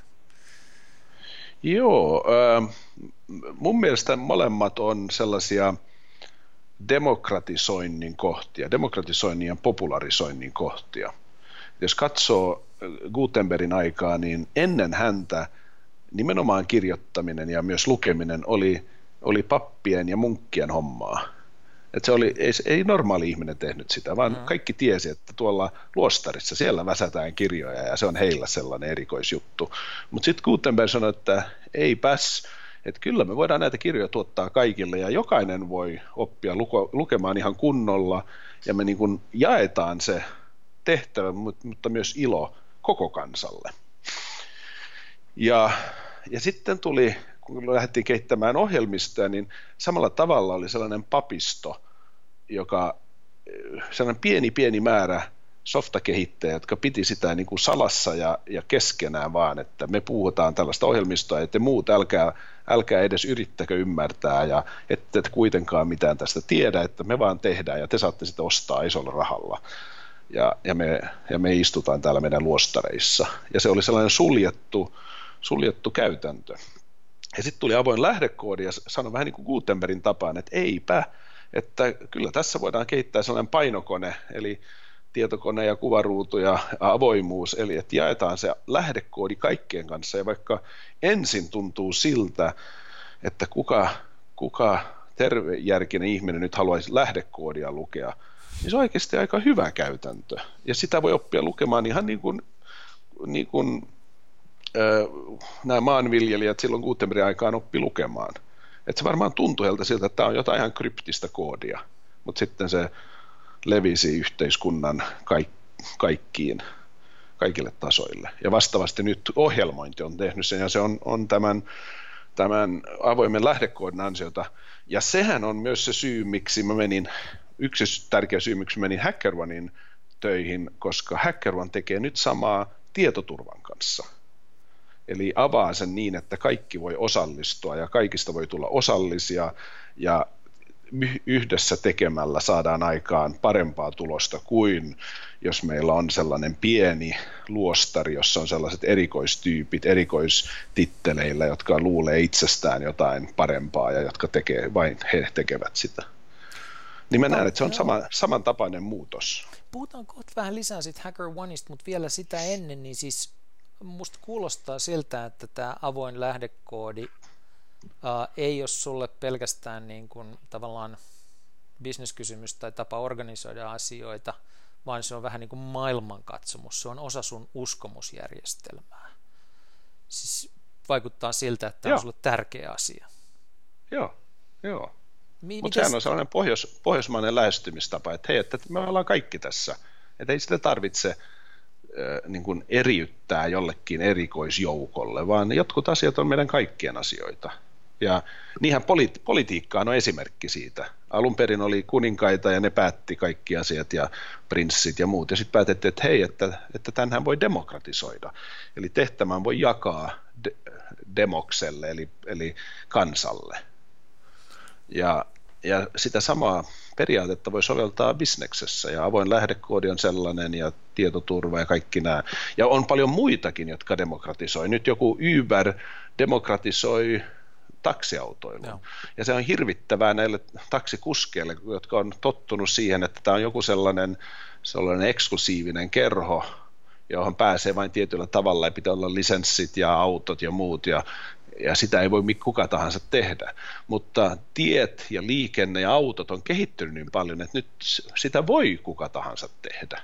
Speaker 1: Joo, mun mielestä molemmat on sellaisia demokratisoinnin kohtia, demokratisoinnin ja popularisoinnin kohtia. Jos katsoo Gutenbergin aikaa, niin ennen häntä nimenomaan kirjoittaminen ja myös lukeminen oli pappien ja munkkien hommaa. Että ei normaali ihminen tehnyt sitä, vaan kaikki tiesi, että tuolla luostarissa siellä väsätään kirjoja ja se on heillä sellainen erikoisjuttu. Mutta sitten Gutenberg sanoi, että eipäs, että kyllä me voidaan näitä kirjoja tuottaa kaikille ja jokainen voi oppia lukemaan ihan kunnolla ja me niin kuin jaetaan se tehtävä, mutta myös ilo koko kansalle. Ja sitten tuli, kun lähdettiin kehittämään ohjelmistoja, niin samalla tavalla oli sellainen papisto, sellainen pieni määrä softakehittäjiä, jotka piti sitä niin kuin salassa ja keskenään vaan, että me puhutaan tällaista ohjelmistoa, että muut älkää edes yrittäkö ymmärtää ja ette kuitenkaan mitään tästä tiedä, että me vaan tehdään ja te saatte sitä ostaa isolla rahalla. Ja me istutaan täällä meidän luostareissa. Ja se oli sellainen suljettu käytäntö. Ja sitten tuli avoin lähdekoodi ja sanoi vähän niin kuin Gutenbergin tapaan, että eipä, että kyllä tässä voidaan kehittää sellainen painokone, eli tietokone ja kuvaruutu ja avoimuus, eli että jaetaan se lähdekoodi kaikkien kanssa, ja vaikka ensin tuntuu siltä, että kuka tervejärkinen ihminen nyt haluaisi lähdekoodia lukea, niin se on oikeasti aika hyvä käytäntö, ja sitä voi oppia lukemaan ihan niin kuin nämä maanviljelijät silloin Gutenbergin aikaan oppi lukemaan. Että se varmaan tuntui heiltä siltä, että tämä on jotain ihan kryptistä koodia, mutta sitten se levisi yhteiskunnan kaikille tasoille. Ja vastaavasti nyt ohjelmointi on tehnyt sen, ja se on tämän avoimen lähdekoodin ansiota. Ja sehän on myös se syy, yksi tärkeä syy, miksi menin HackerOneen töihin, koska HackerOne tekee nyt samaa tietoturvan kanssa. Eli avaa sen niin, että kaikki voi osallistua ja kaikista voi tulla osallisia ja yhdessä tekemällä saadaan aikaan parempaa tulosta kuin jos meillä on sellainen pieni luostari, jossa on sellaiset erikoistyypit erikoistitteleillä, jotka luulee itsestään jotain parempaa ja jotka vain he tekevät sitä. Niin mä näen, että se on samantapainen muutos.
Speaker 3: Puhutaan kohta vähän lisää siitä HackerOneista, mutta vielä sitä ennen, niin siis musta kuulostaa siltä, että tämä avoin lähdekoodi ei ole sulle pelkästään niin kuin tavallaan bisneskysymys tai tapa organisoida asioita, vaan se on vähän niin kuin maailmankatsomus, se on osa sun uskomusjärjestelmää. Siis vaikuttaa siltä, että tämä on sulle tärkeä asia.
Speaker 1: Joo. Mutta sehän on sellainen pohjoismainen lähestymistapa, että hei, että me ollaan kaikki tässä, että ei sitä tarvitse niin kuin eriyttää jollekin erikoisjoukolle, vaan jotkut asiat on meidän kaikkien asioita. Ja niinhän politiikka on esimerkki siitä. Alun perin oli kuninkaita ja ne päätti kaikki asiat ja prinssit ja muut. Ja sitten päätettiin, että hei, että tämänhän voi demokratisoida. Eli tehtävän voi jakaa demokselle, eli kansalle. Ja sitä samaa periaatetta voi soveltaa bisneksessä, ja avoin lähdekoodi on sellainen, ja tietoturva ja kaikki nämä. Ja on paljon muitakin, jotka demokratisoi. Nyt joku Uber demokratisoi taksiautoilun. Joo. Ja se on hirvittävää näille taksikuskeille, jotka on tottunut siihen, että tämä on joku sellainen eksklusiivinen kerho, johon pääsee vain tietyllä tavalla, ja pitää olla lisenssit ja autot ja muut, ja sitä ei voi kuka tahansa tehdä. Mutta tiet ja liikenne ja autot on kehittynyt niin paljon, että nyt sitä voi kuka tahansa tehdä.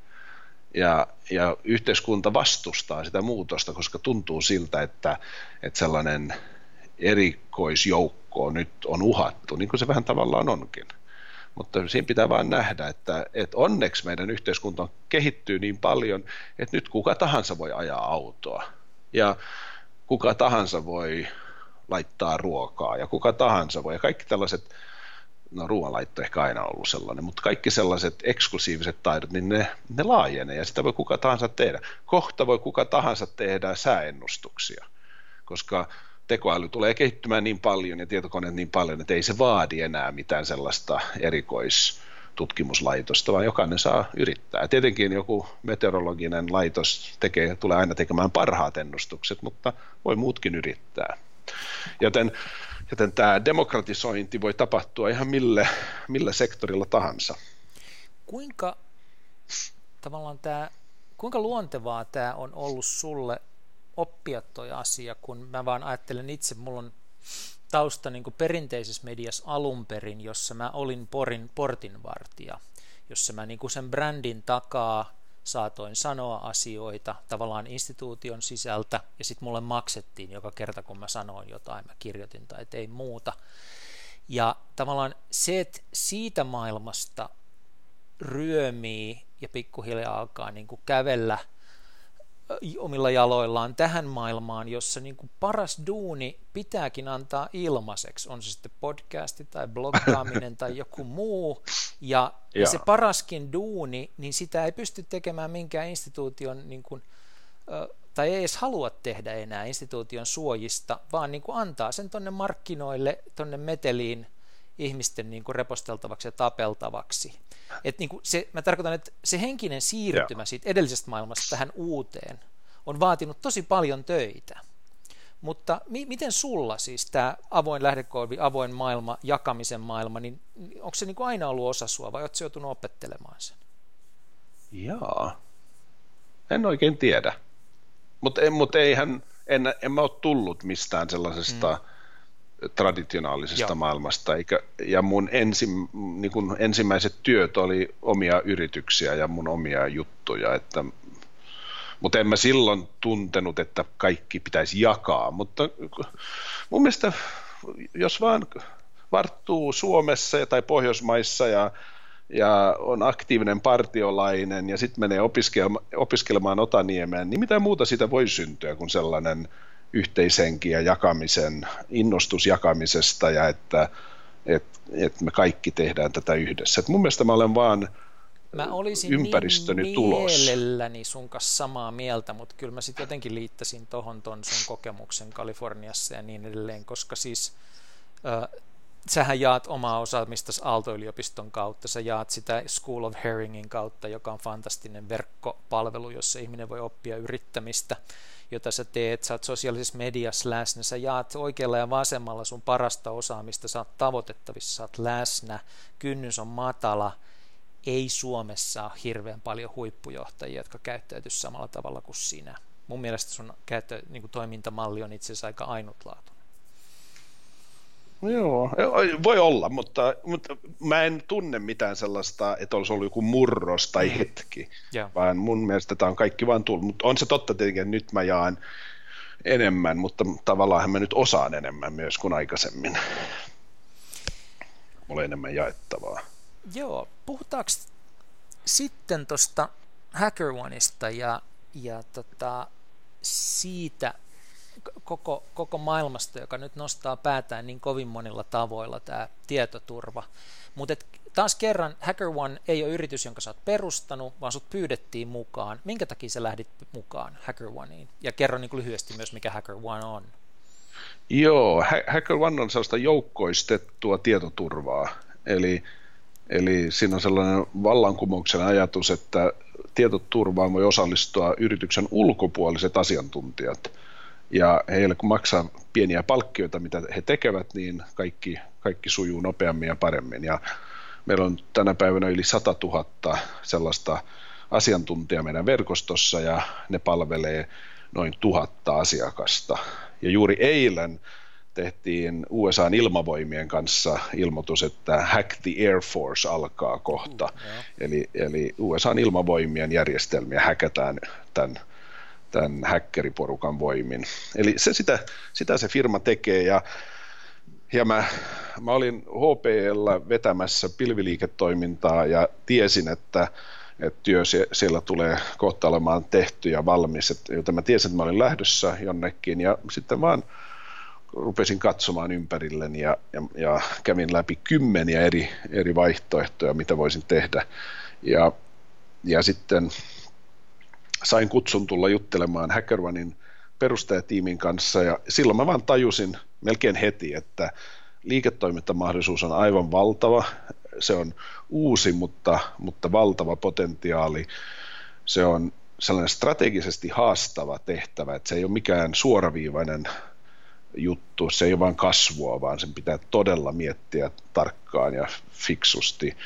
Speaker 1: Ja yhteiskunta vastustaa sitä muutosta, koska tuntuu siltä, että sellainen erikoisjoukko nyt on uhattu, niin kuin se vähän tavallaan onkin. Mutta siinä pitää vaan nähdä, että onneksi meidän yhteiskunta kehittyy niin paljon, että nyt kuka tahansa voi ajaa autoa. Ja kuka tahansa voi laittaa ruokaa ja kuka tahansa voi. Ja kaikki tällaiset, ruoanlaitto ehkä aina ollut sellainen, mutta kaikki sellaiset eksklusiiviset taidot, niin ne laajenee ja sitä voi kuka tahansa tehdä. Kohta voi kuka tahansa tehdä sääennustuksia, koska tekoäly tulee kehittymään niin paljon ja tietokoneet niin paljon, että ei se vaadi enää mitään sellaista erikoistutkimuslaitosta, vaan jokainen saa yrittää. Ja tietenkin joku meteorologinen laitos tulee aina tekemään parhaat ennustukset, mutta voi muutkin yrittää. Joten tämä demokratisointi voi tapahtua ihan millä sektorilla tahansa.
Speaker 3: Kuinka luontevaa tämä on ollut sulle oppia toi asia, kun mä vaan ajattelen itse, mulla on tausta niin kuin perinteisessä mediassa alun perin, jossa mä olin portinvartija, jossa mä niin kuin sen brändin takaa saatoin sanoa asioita tavallaan instituution sisältä, ja sitten mulle maksettiin joka kerta, kun mä sanoin jotain, mä kirjoitin tai tein muuta. Ja tavallaan se, että siitä maailmasta ryömii ja pikkuhiljaa alkaa niin kuin kävellä omilla jaloillaan tähän maailmaan, jossa niin kuin paras duuni pitääkin antaa ilmaiseksi, on se sitten podcasti tai bloggaaminen tai joku muu, ja se paraskin duuni, niin sitä ei pysty tekemään minkään instituution, niin kuin, tai ei edes halua tehdä enää instituution suojista, vaan niin kuin antaa sen tonne markkinoille, tonne meteliin ihmisten niin kuin reposteltavaksi ja tapeltavaksi. Et niin kuin mä tarkoitan, että se henkinen siirtymä siitä edellisestä maailmasta tähän uuteen on vaatinut tosi paljon töitä. Mutta miten sulla siis tämä avoin lähdekoovi, avoin maailma, jakamisen maailma, niin onko se niin kuin aina ollut osa sua vai oletko joutunut opettelemaan sen?
Speaker 1: Jaa, en oikein tiedä. Mutta en mä ole tullut mistään sellaisesta traditionaalisesta maailmasta, ja mun ensimmäiset työt oli omia yrityksiä ja mun omia juttuja, mutta en mä silloin tuntenut, että kaikki pitäisi jakaa, mutta mun mielestä jos vaan varttuu Suomessa tai Pohjoismaissa ja on aktiivinen partiolainen ja sitten menee opiskelemaan Otaniemeen, niin mitä muuta siitä voi syntyä kuin sellainen yhteishenki ja jakamisen, innostus jakamisesta ja että me kaikki tehdään tätä yhdessä. Et mun mielestä mä olen vaan ympäristöni
Speaker 3: niin
Speaker 1: tulos.
Speaker 3: Mielelläni sun kanssa samaa mieltä, mutta kyllä mä sitten jotenkin liittäisin ton sun kokemuksen Kaliforniassa ja niin edelleen, koska siis sähän jaat omaa osaamistasi Aalto-yliopiston kautta, sä jaat sitä School of Herringin kautta, joka on fantastinen verkkopalvelu, jossa ihminen voi oppia yrittämistä, jota sä teet, sä oot sosiaalisessa mediassa läsnä, sä jaat oikealla ja vasemmalla sun parasta osaamista, sä oot tavoitettavissa, sä oot läsnä, kynnys on matala, ei Suomessa ole hirveän paljon huippujohtajia, jotka käyttäytyisivät samalla tavalla kuin sinä. Mun mielestä sun toimintamalli on itse asiassa aika ainutlaatuinen.
Speaker 1: Joo, voi olla, mutta mä en tunne mitään sellaista, että olisi ollut joku murros tai hetki, vaan mun mielestä tämä on kaikki vaan tullut. Mutta on se totta tietenkin, että nyt mä jaan enemmän, mutta tavallaan mä nyt osaan enemmän myös kuin aikaisemmin. Mulla on enemmän jaettavaa.
Speaker 3: Joo, puhutaanko sitten tuosta HackerOneista ja siitä koko maailmasta, joka nyt nostaa päätään niin kovin monilla tavoilla, tämä tietoturva. Mutta taas kerran HackerOne ei ole yritys, jonka sä oot perustanut, vaan sut pyydettiin mukaan. Minkä takia sä lähdit mukaan HackerOneen? Ja kerro niin kuin lyhyesti myös, mikä HackerOne on.
Speaker 1: Joo, HackerOne on sellaista joukkoistettua tietoturvaa. Eli siinä on sellainen vallankumouksen ajatus, että tietoturvaan voi osallistua yrityksen ulkopuoliset asiantuntijat. Ja heille kun maksaa pieniä palkkioita, mitä he tekevät, niin kaikki sujuu nopeammin ja paremmin. Ja meillä on tänä päivänä yli 100 000 sellaista asiantuntijaa meidän verkostossa, ja ne palvelee noin 1000 asiakasta. Ja juuri eilen tehtiin USA:n ilmavoimien kanssa ilmoitus, että Hack the Air Force alkaa kohta. Eli USA:n ilmavoimien järjestelmiä häkätään tämän häkkeriporukan voimin. Eli sitä se firma tekee, ja mä olin HP:llä vetämässä pilviliiketoimintaa ja tiesin, että työ siellä tulee kohta olemaan tehty ja valmis, joten mä tiesin, että mä olin lähdössä jonnekin, ja sitten vaan rupesin katsomaan ympärilleni ja kävin läpi 10 eri vaihtoehtoja, mitä voisin tehdä, ja sitten sain kutsun tulla juttelemaan HackerOnein perustajatiimin kanssa, ja silloin mä vaan tajusin melkein heti, että liiketoimintamahdollisuus on aivan valtava. Se on uusi, mutta valtava potentiaali. Se on sellainen strategisesti haastava tehtävä, että se ei ole mikään suoraviivainen juttu, se ei ole vain kasvua, vaan sen pitää todella miettiä tarkkaan ja fiksusti.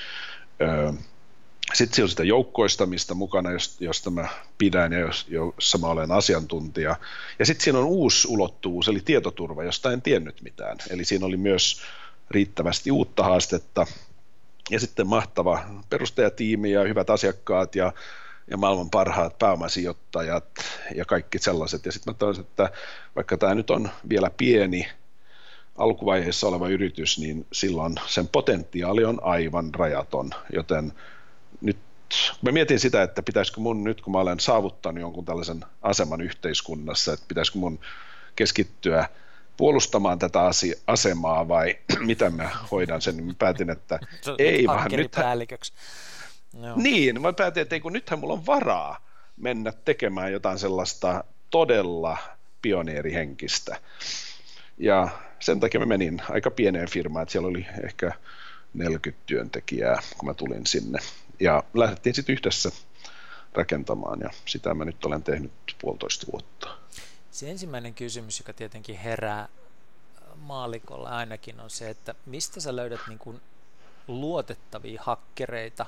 Speaker 1: Sitten siellä on sitä joukkoistamista mukana, josta mä pidän ja jossa mä olen asiantuntija. Ja sitten siinä on uusi ulottuvuus, eli tietoturva, josta en tiennyt mitään. Eli siinä oli myös riittävästi uutta haastetta. Ja sitten mahtava perustajatiimi ja hyvät asiakkaat ja maailman parhaat pääomasijoittajat ja kaikki sellaiset. Ja sitten mä toivoisin, että vaikka tämä nyt on vielä pieni alkuvaiheessa oleva yritys, niin silloin sen potentiaali on aivan rajaton, joten mä mietin sitä, että pitäisikö mun nyt, kun mä olen saavuttanut jonkun tällaisen aseman yhteiskunnassa, että pitäisikö mun keskittyä puolustamaan tätä asemaa vai mitä mä hoidan sen, niin mä päätin, että ei vaan nyt. Niin, mä päätin, että kun nythän mulla on varaa mennä tekemään jotain sellaista todella pioneerihenkistä. Ja sen takia mä menin aika pieneen firmaan, että siellä oli ehkä 40 työntekijää, kun mä tulin sinne. Ja lähdettiin sitten yhdessä rakentamaan, ja sitä mä nyt olen tehnyt 1,5 vuotta.
Speaker 3: Se ensimmäinen kysymys, joka tietenkin herää maallikolla ainakin, on se, että mistä sä löydät niin kuin luotettavia hakkereita,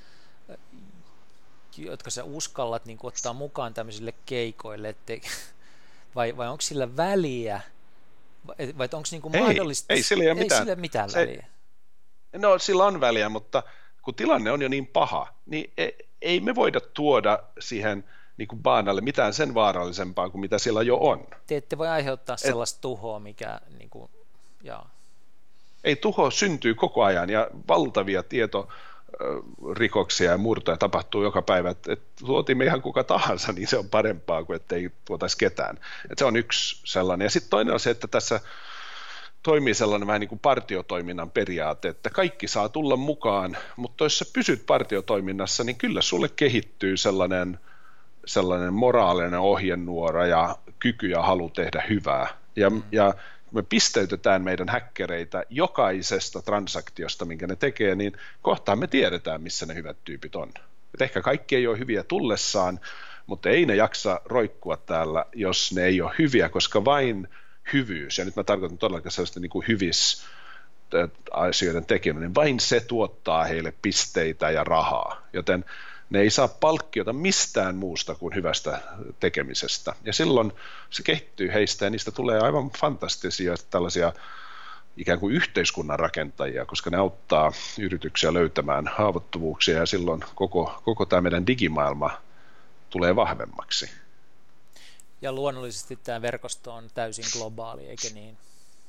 Speaker 3: jotka sä uskallat niin kuin ottaa mukaan tämmöisille keikoille, vai onko sillä väliä, vai onko niin kuin mahdollista?
Speaker 1: Ei sillä ole
Speaker 3: mitään väliä.
Speaker 1: No sillä on väliä, mutta kun tilanne on jo niin paha, niin ei me voida tuoda siihen niin kuin baanalle mitään sen vaarallisempaa kuin mitä siellä jo on.
Speaker 3: Te ette voi aiheuttaa sellaista tuhoa, mikä niin kuin,
Speaker 1: Ei, tuho syntyy koko ajan ja valtavia tietorikoksia ja murtoja tapahtuu joka päivä. Et tuotimme ihan kuka tahansa, niin se on parempaa kuin ettei tuotaisi ketään. Et se on yksi sellainen. Ja sitten toinen on se, että tässä toimii sellainen vähän niin kuin partiotoiminnan periaate, että kaikki saa tulla mukaan, mutta jos sä pysyt partiotoiminnassa, niin kyllä sulle kehittyy sellainen moraalinen ohjenuora ja kyky ja halu tehdä hyvää. Ja me pisteytetään meidän häkkereitä jokaisesta transaktiosta, minkä ne tekee, niin kohtaan me tiedetään, missä ne hyvät tyypit on. Et ehkä kaikki ei ole hyviä tullessaan, mutta ei ne jaksa roikkua täällä, jos ne ei ole hyviä, koska vain hyvyys, ja nyt mä tarkoitan todellakin sellaista niin kuin asioiden tekeminen, niin vain se tuottaa heille pisteitä ja rahaa, joten ne ei saa palkkiota mistään muusta kuin hyvästä tekemisestä. Ja silloin se kehittyy heistä ja niistä tulee aivan fantastisia tällaisia ikään kuin yhteiskunnan rakentajia, koska ne auttaa yrityksiä löytämään haavoittuvuuksia ja silloin koko tämä meidän digimaailma tulee vahvemmaksi.
Speaker 3: Ja luonnollisesti tämä verkosto on täysin globaali, eikö niin?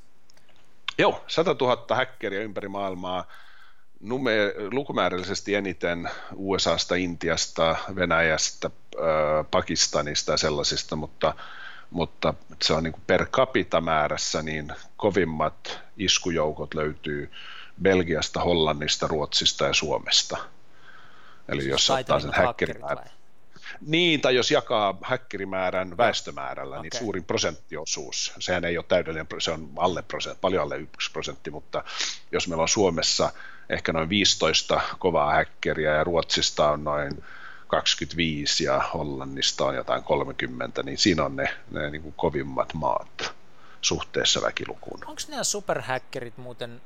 Speaker 1: Joo, 100 000 häkkeriä ympäri maailmaa. Lukumäärällisesti eniten USAsta, Intiasta, Venäjästä, Pakistanista ja sellaisista, mutta se on niin kuin per capita määrässä, niin kovimmat iskujoukot löytyy Belgiasta, Hollannista, Ruotsista ja Suomesta. Eli jos ottaa sen häkkerimäärän. Niin, tai jos jakaa häkkerimäärän väestömäärällä, niin suurin prosenttiosuus, sehän ei ole täydellinen, se on paljon alle 1%, mutta jos meillä on Suomessa ehkä noin 15 kovaa häkkeriä ja Ruotsista on noin 25 ja Hollannista on jotain 30, niin siinä on ne niin kuin kovimmat maat suhteessa väkilukuun.
Speaker 3: Onko nämä superhäkkerit muuten,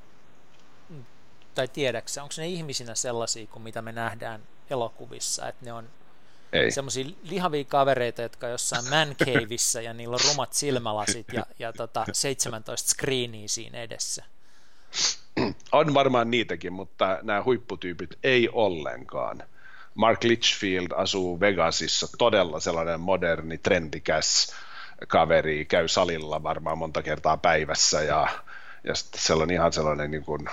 Speaker 3: tai tiedäksä, onko ne ihmisinä sellaisia kuin mitä me nähdään elokuvissa, että ne on semmoisia lihavia kavereita, jotka on jossain man caveissa ja niillä on rumat silmälasit ja 17 screeniä siinä edessä?
Speaker 1: On varmaan niitäkin, mutta nämä huipputyypit ei ollenkaan. Mark Litchfield asuu Vegasissa, todella sellainen moderni, trendikäs kaveri, käy salilla varmaan monta kertaa päivässä ja sellainen ihan sellainen niin kuin,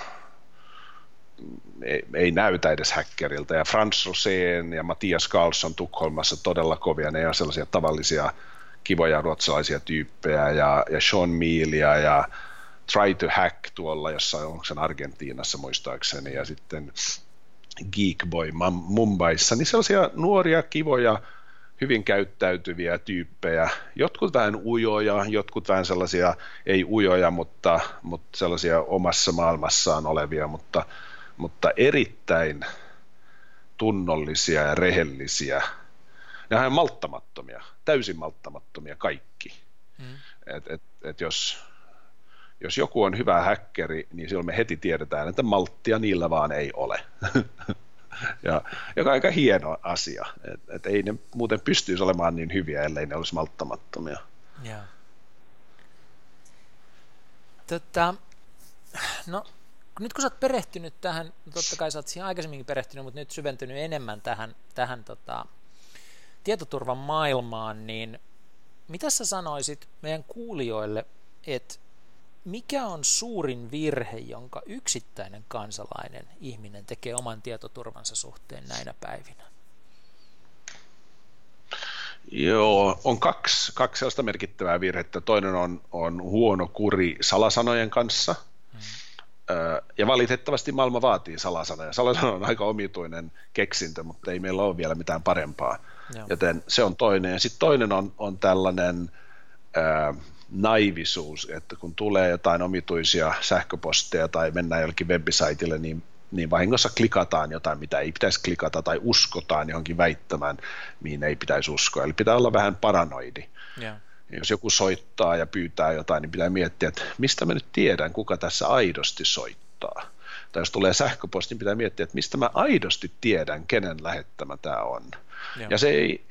Speaker 1: ei näytä edes häkkeriltä. Ja Frans Rosén ja Mattias Karlsson Tukholmassa todella kovia, ne on sellaisia tavallisia kivoja ruotsalaisia tyyppejä ja Sean Mealia ja Try to Hack tuolla jossain, onko sen Argentiinassa muistaakseni, ja sitten Geekboy Mumbaissa, niin sellaisia nuoria, kivoja, hyvin käyttäytyviä tyyppejä, jotkut vähän ujoja, jotkut vähän sellaisia, ei ujoja, mutta sellaisia omassa maailmassaan olevia, mutta erittäin tunnollisia ja rehellisiä. Ne on malttamattomia, täysin malttamattomia kaikki. Et jos joku on hyvä häkkeri, niin silloin me heti tiedetään, että malttia niillä vaan ei ole. Joka on aika hieno asia. Et ei ne muuten pystyisi olemaan niin hyviä, ellei ne olisi malttamattomia.
Speaker 3: Yeah. No, nyt kun sä oot perehtynyt tähän, totta kai sä oot siihen aikaisemminkin perehtynyt, mutta nyt syventynyt enemmän tähän tietoturvan maailmaan, niin mitä sä sanoisit meidän kuulijoille, että Mikä on suurin virhe, jonka yksittäinen kansalainen ihminen tekee oman tietoturvansa suhteen näinä päivinä?
Speaker 1: Joo, on kaksi sellaista merkittävää virhettä. Toinen on huono kuri salasanojen kanssa. Ja valitettavasti maailma vaatii salasanoja. Salasana on aika omituinen keksintö, mutta ei meillä ole vielä mitään parempaa. Joo. Joten se on toinen. Ja sitten toinen on tällainen naivisuus, että kun tulee jotain omituisia sähköposteja tai mennään jollekin webisitelle, niin vahingossa klikataan jotain, mitä ei pitäisi klikata, tai uskotaan johonkin väittämään, mihin ei pitäisi uskoa. Eli pitää olla vähän paranoidi. Yeah. Jos joku soittaa ja pyytää jotain, niin pitää miettiä, että mistä mä nyt tiedän, kuka tässä aidosti soittaa. Tai jos tulee sähköposti, niin pitää miettiä, että mistä mä aidosti tiedän, kenen lähettämä tämä on. Yeah. Ja se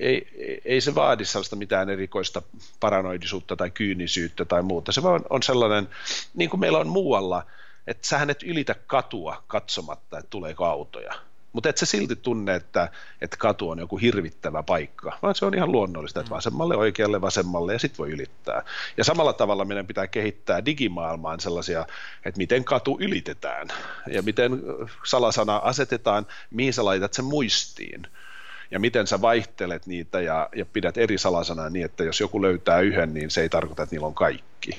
Speaker 1: ei se vaadi sellaista mitään erikoista paranoidisuutta tai kyynisyyttä tai muuta. Se vaan on sellainen, niin kuin meillä on muualla, että sähän et ylitä katua katsomatta, että tuleeko autoja. Mutta et sä silti tunne, että katu on joku hirvittävä paikka, vaan se on ihan luonnollista, että vasemmalle, oikealle, vasemmalle ja sit voi ylittää. Ja samalla tavalla meidän pitää kehittää digimaailmaan sellaisia, että miten katu ylitetään ja miten salasana asetetaan, mihin sä laitat sen muistiin. Ja miten sä vaihtelet niitä ja pidät eri salasanaa niin, että jos joku löytää yhden, niin se ei tarkoita, että niillä on kaikki.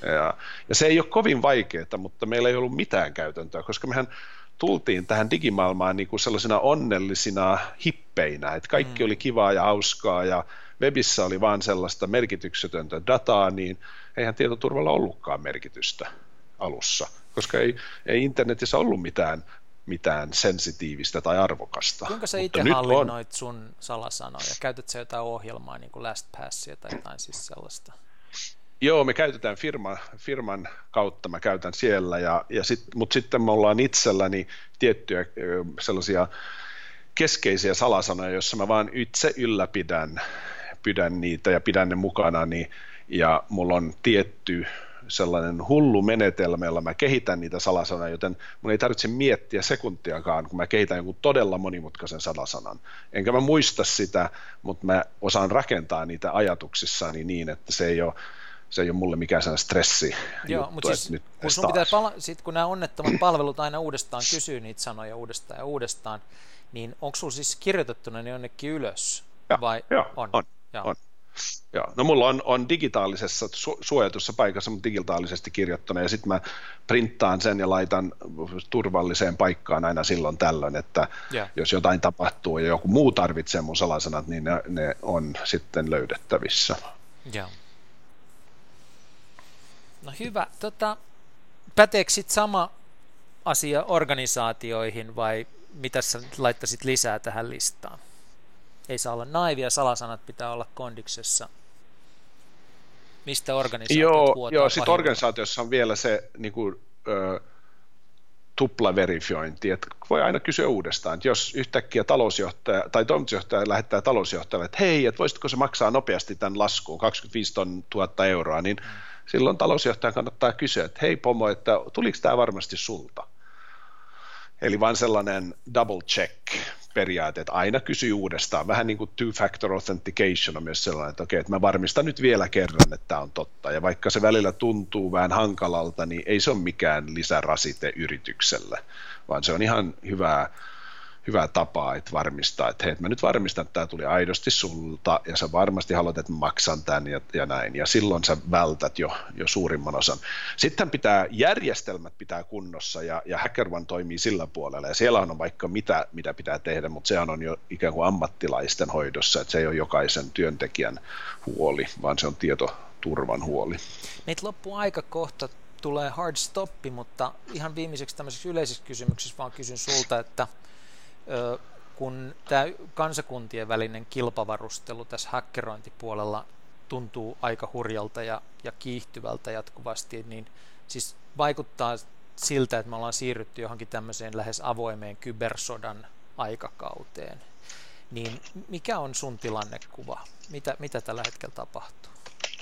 Speaker 1: Ja se ei ole kovin vaikeaa, mutta meillä ei ollut mitään käytäntöä, koska mehän tultiin tähän digimaailmaan niin kuin sellaisina onnellisina hippeinä, että kaikki oli kivaa ja hauskaa ja webissä oli vaan sellaista merkityksetöntä dataa, niin eihän tietoturvalla ollutkaan merkitystä alussa, koska ei internetissä ollut mitään sensitiivistä tai arvokasta.
Speaker 3: Kuinka sä itse hallinnoit sun salasanoja? Käytätkö jotain ohjelmaa, niin kuin LastPassia tai jotain siis sellaista?
Speaker 1: Joo, me käytetään firman kautta, mä käytän siellä, mutta sitten me ollaan itselläni tiettyjä sellaisia keskeisiä salasanoja, joissa mä vaan itse ylläpidän niitä ja pidän ne mukanani, ja mulla on tietty sellainen hullu menetelmä, jolla mä kehitän niitä salasanoja, joten mun ei tarvitse miettiä sekuntiakaan, kun mä kehitän jonkun todella monimutkaisen salasanan. Enkä mä muista sitä, mutta mä osaan rakentaa niitä ajatuksissani niin, että se ei ole mulle mikään sellainen stressi.
Speaker 3: Joo, mutta siis kun sun pitää kun nämä onnettomat palvelut aina uudestaan kysyy niitä sanoja uudestaan ja uudestaan, niin onko sulla siis kirjoitettuna ne jonnekin ylös? Vai on?
Speaker 1: Joo. No mulla on digitaalisessa suojatussa paikassa digitaalisesti kirjoittuna, ja sitten mä printtaan sen ja laitan turvalliseen paikkaan aina silloin tällöin, että jos jotain tapahtuu ja joku muu tarvitsee mun salasanat, niin ne on sitten löydettävissä.
Speaker 3: Joo. No hyvä. Päteekö sitten sama asia organisaatioihin vai mitä sä laittaisit lisää tähän listaan? Ei saa olla naivia, salasanat pitää olla kondiksessa. Mistä organisaatiot vuotaa?
Speaker 1: Joo, sitten organisaatiossa on vielä se niin kuin, tuplaverifiointi, että voi aina kysyä uudestaan, että jos yhtäkkiä talousjohtaja tai toimitusjohtaja lähettää talousjohtajalle, että hei, että voisitko se maksaa nopeasti tämän laskuun, 25 000 euroa, niin silloin talousjohtajan kannattaa kysyä, että hei pomo, että tuliko tämä varmasti sulta? Eli vain sellainen double check periaate, että aina kysyy uudestaan. Vähän niin kuin two-factor authentication on myös sellainen, että okei, että mä varmistan nyt vielä kerran, että tämä on totta. Ja vaikka se välillä tuntuu vähän hankalalta, niin ei se ole mikään lisärasite yritykselle, vaan se on ihan hyvä tapa, että varmistaa, että hei, mä nyt varmistan, että tämä tuli aidosti sulta, ja sä varmasti haluat, että mä maksan tämän ja näin, ja silloin sä vältät jo suurimman osan. Sitten järjestelmät pitää kunnossa, ja HackerOne toimii sillä puolella, ja siellä on vaikka mitä pitää tehdä, mutta sehän on jo ikään kuin ammattilaisten hoidossa, että se ei ole jokaisen työntekijän huoli, vaan se on tietoturvan huoli.
Speaker 3: Meitä loppuu aika kohta, tulee hard stoppi, mutta ihan viimeiseksi tämmöisessä yleisessä kysymyksessä vaan kysyn sulta, että kun tämä kansakuntien välinen kilpavarustelu tässä hakkerointipuolella tuntuu aika hurjalta ja kiihtyvältä jatkuvasti, niin siis vaikuttaa siltä, että me ollaan siirrytty johonkin tämmöiseen lähes avoimeen kybersodan aikakauteen. Niin mikä on sun tilannekuva? Mitä tällä hetkellä tapahtuu?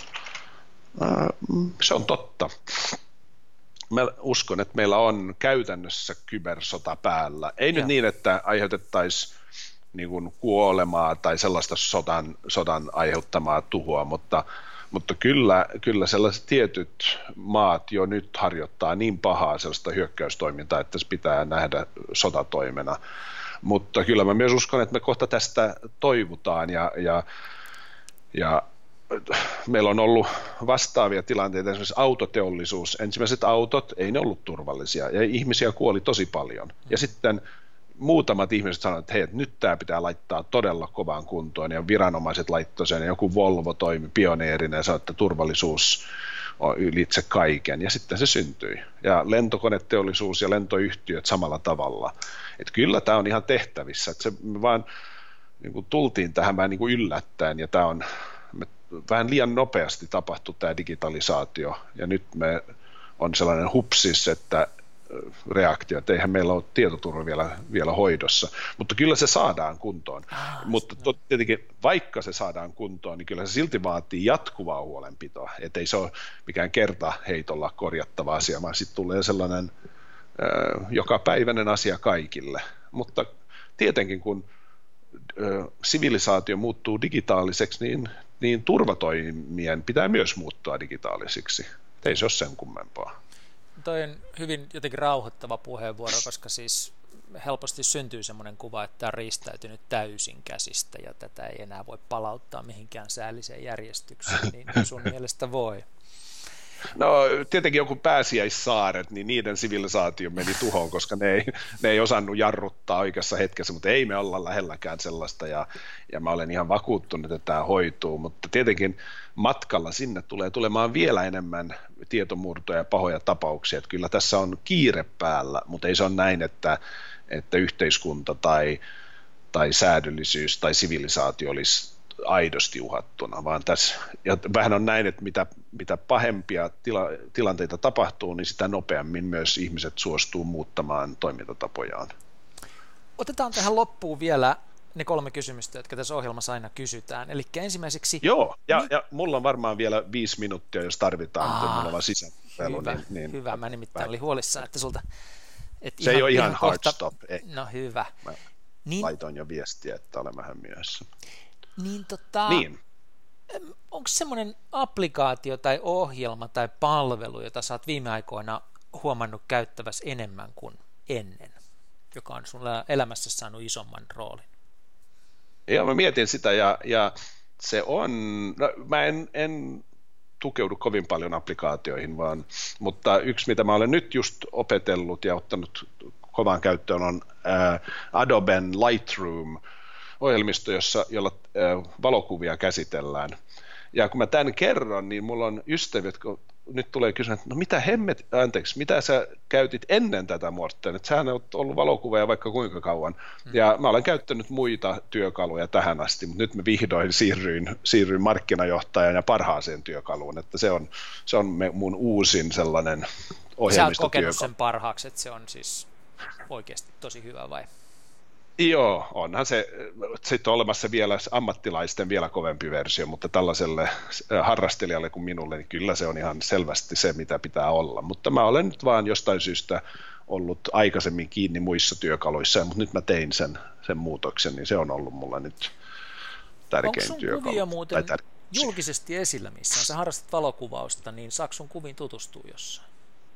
Speaker 1: Se on totta. Mä uskon, että meillä on käytännössä kybersota päällä. Ei nyt niin, että aiheutettaisiin niin kuin kuolemaa tai sellaista sodan aiheuttamaa tuhoa, mutta Mutta kyllä sellaiset tietyt maat jo nyt harjoittaa niin pahaa sellaista hyökkäystoimintaa, että se pitää nähdä sotatoimena. Mutta kyllä mä myös uskon, että me kohta tästä toivutaan ja meillä on ollut vastaavia tilanteita, esimerkiksi autoteollisuus, ensimmäiset autot, ei ne ollut turvallisia ja ihmisiä kuoli tosi paljon. Ja sitten muutamat ihmiset sanoivat, että hei, nyt tämä pitää laittaa todella kovaan kuntoon ja viranomaiset laittoi sen ja joku Volvo toimi pioneerina ja sanoi, että turvallisuus on ylitse kaiken ja sitten se syntyi. Ja lentokoneteollisuus ja lentoyhtiöt samalla tavalla. Että kyllä tämä on ihan tehtävissä, että se me vaan niin kuin tultiin tähän vähän niin kuin yllättäen ja tämä on vähän liian nopeasti tapahtuu tämä digitalisaatio ja nyt me on sellainen hupsis, että reaktio, että eihän meillä ole tietoturva vielä hoidossa, mutta kyllä se saadaan kuntoon. Mutta tietenkin vaikka se saadaan kuntoon, niin kyllä se silti vaatii jatkuvaa huolenpitoa, ettei se ole mikään kertaheitolla korjattava asia, vaan sitten tulee sellainen jokapäiväinen asia kaikille. Mutta tietenkin kun sivilisaatio muuttuu digitaaliseksi, niin turvatoimien pitää myös muuttua digitaalisiksi. Ei se ole sen kummempaa.
Speaker 3: Toi on hyvin jotenkin rauhoittava puheenvuoro, koska siis helposti syntyy semmoinen kuva, että tämä on riistäytynyt täysin käsistä ja tätä ei enää voi palauttaa mihinkään säälliseen järjestykseen, niin sun mielestä voi?
Speaker 1: No tietenkin joku pääsiäissaaret, niin niiden sivilisaatio meni tuhoon, koska ne ei osannut jarruttaa oikeassa hetkessä, mutta ei me olla lähelläkään sellaista ja mä olen ihan vakuuttunut, että tämä hoituu, mutta tietenkin matkalla sinne tulee tulemaan vielä enemmän tietomurtoja ja pahoja tapauksia, että kyllä tässä on kiire päällä, mutta ei se ole näin, että yhteiskunta tai säädöllisyys tai sivilisaatio olisi aidosti uhattuna, vaan tässä ja vähän on näin, että mitä pahempia tilanteita tapahtuu, niin sitä nopeammin myös ihmiset suostuu muuttamaan toimintatapojaan.
Speaker 3: Otetaan tähän loppuun vielä ne 3 kysymystä, jotka tässä ohjelmassa aina kysytään. Eli ensimmäiseksi...
Speaker 1: Joo, ja mulla on varmaan vielä 5 minuuttia, jos tarvitaan, että mulla on sisäpelu.
Speaker 3: Hyvä, mä nimittäin olin huolissaan, että sulta...
Speaker 1: Se ei ole ihan hard stop. Ei.
Speaker 3: No hyvä.
Speaker 1: Mä laitoin jo viestiä, että olen vähän myöhässä.
Speaker 3: Niin. Onko semmoinen applikaatio tai ohjelma tai palvelu, jota sä oot viime aikoina huomannut käyttäväsi enemmän kuin ennen, joka on sulla elämässä saanut isomman roolin?
Speaker 1: Joo, mä mietin sitä ja se on, mä en tukeudu kovin paljon applikaatioihin, mutta yksi mitä mä olen nyt just opetellut ja ottanut kovaan käyttöön on Adoben Lightroom, ohjelmisto, jolla valokuvia käsitellään. Ja kun mä tämän kerron, niin mulla on ystäviä, jotka nyt tulee kysyä, että no mitä sä käytit ennen tätä Morten, että sähän olet ollut valokuvia vaikka kuinka kauan. Ja mä olen käyttänyt muita työkaluja tähän asti, mutta nyt mä vihdoin siirryin markkinajohtajan ja parhaaseen työkaluun, että se on mun uusin sellainen ohjelmistotyökalu.
Speaker 3: Sä oot kokenut sen parhaaksi, että se on siis oikeasti tosi hyvä vai?
Speaker 1: Joo, onhan se, sitten on olemassa vielä ammattilaisten vielä kovempi versio, mutta tällaiselle harrastelijalle kuin minulle, niin kyllä se on ihan selvästi se, mitä pitää olla. Mutta mä olen nyt vaan jostain syystä ollut aikaisemmin kiinni muissa työkaluissa, mutta nyt mä tein sen muutoksen, niin se on ollut mulla nyt tärkein työkalu.
Speaker 3: Onko sun kuvia muuten julkisesti esillä missään? Sä harrastat valokuvausta, niin saako sun kuviin tutustua jossain?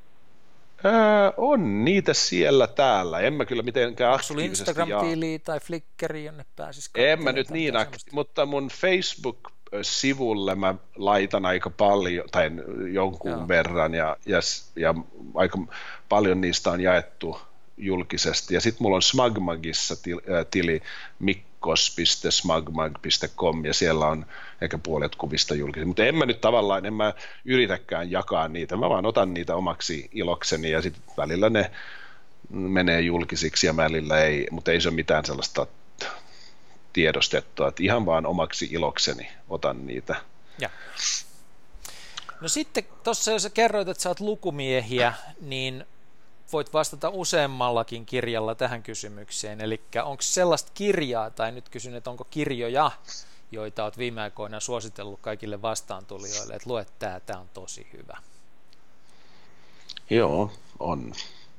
Speaker 1: On niitä siellä täällä. En mä kyllä mitenkään aktiivisesti
Speaker 3: Instagram-tiliä tai Flickriin, jonne pääsis
Speaker 1: en mä nyt niin mutta mun Facebook-sivulle mä laitan aika paljon, tai jonkun verran, ja aika paljon niistä on jaettu julkisesti. Ja sitten mulla on Smagmagissa tili mikkos.smagmag.com, ja siellä on ehkä puolet kuvista julkisesti. Mutta en mä yritäkään jakaa niitä, mä vaan otan niitä omaksi ilokseni, ja sitten välillä ne menee julkisiksi ja välillä ei, mutta ei se ole mitään sellaista tiedostettua, että ihan vaan omaksi ilokseni otan niitä.
Speaker 3: Ja. No sitten tuossa jos sä kerroit, että sä oot lukumiehiä, niin voit vastata useammallakin kirjalla tähän kysymykseen, eli onko sellaista kirjaa, tai nyt kysyn, että onko kirjoja, joita olet viime aikoina suositellut kaikille vastaantulijoille, että lue tämä on tosi hyvä.
Speaker 1: Joo, on.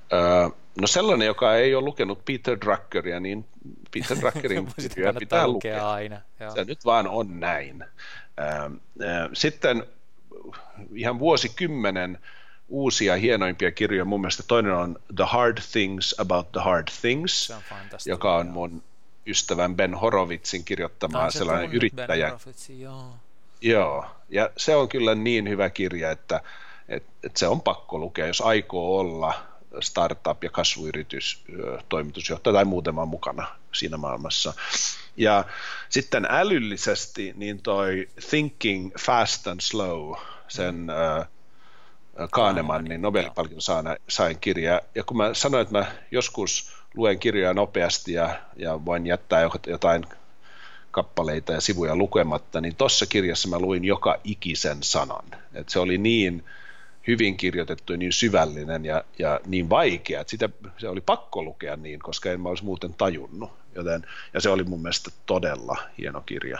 Speaker 1: No sellainen, joka ei ole lukenut Peter Druckeria, niin Peter Druckerin kirjoja pitää lukea
Speaker 3: aina.
Speaker 1: Se nyt vaan on näin. Sitten ihan vuosikymmenen uusia hienoimpia kirjoja. Mun mielestä toinen on The Hard Things About the Hard Things, joka on mun ystävän Ben Horowitzin kirjoittama sellainen yrittäjä. Joo, ja se on kyllä niin hyvä kirja, että se on pakko lukea, jos aikoo olla startup- ja kasvuyritys, toimitusjohtaja tai muuten vaan mukana siinä maailmassa. Ja sitten älyllisesti niin toi Thinking Fast and Slow, sen Kahnemanin Nobel-palkinnon sain kirja. Ja kun mä sanoin, että mä joskus luen kirjoja nopeasti ja voin jättää jotain kappaleita ja sivuja lukematta, niin tuossa kirjassa mä luin joka ikisen sanan. Et se oli niin hyvin kirjoitettu ja niin syvällinen ja niin vaikea, että se oli pakko lukea niin, koska en mä olisi muuten tajunnut. Ja se oli mun mielestä todella hieno kirja.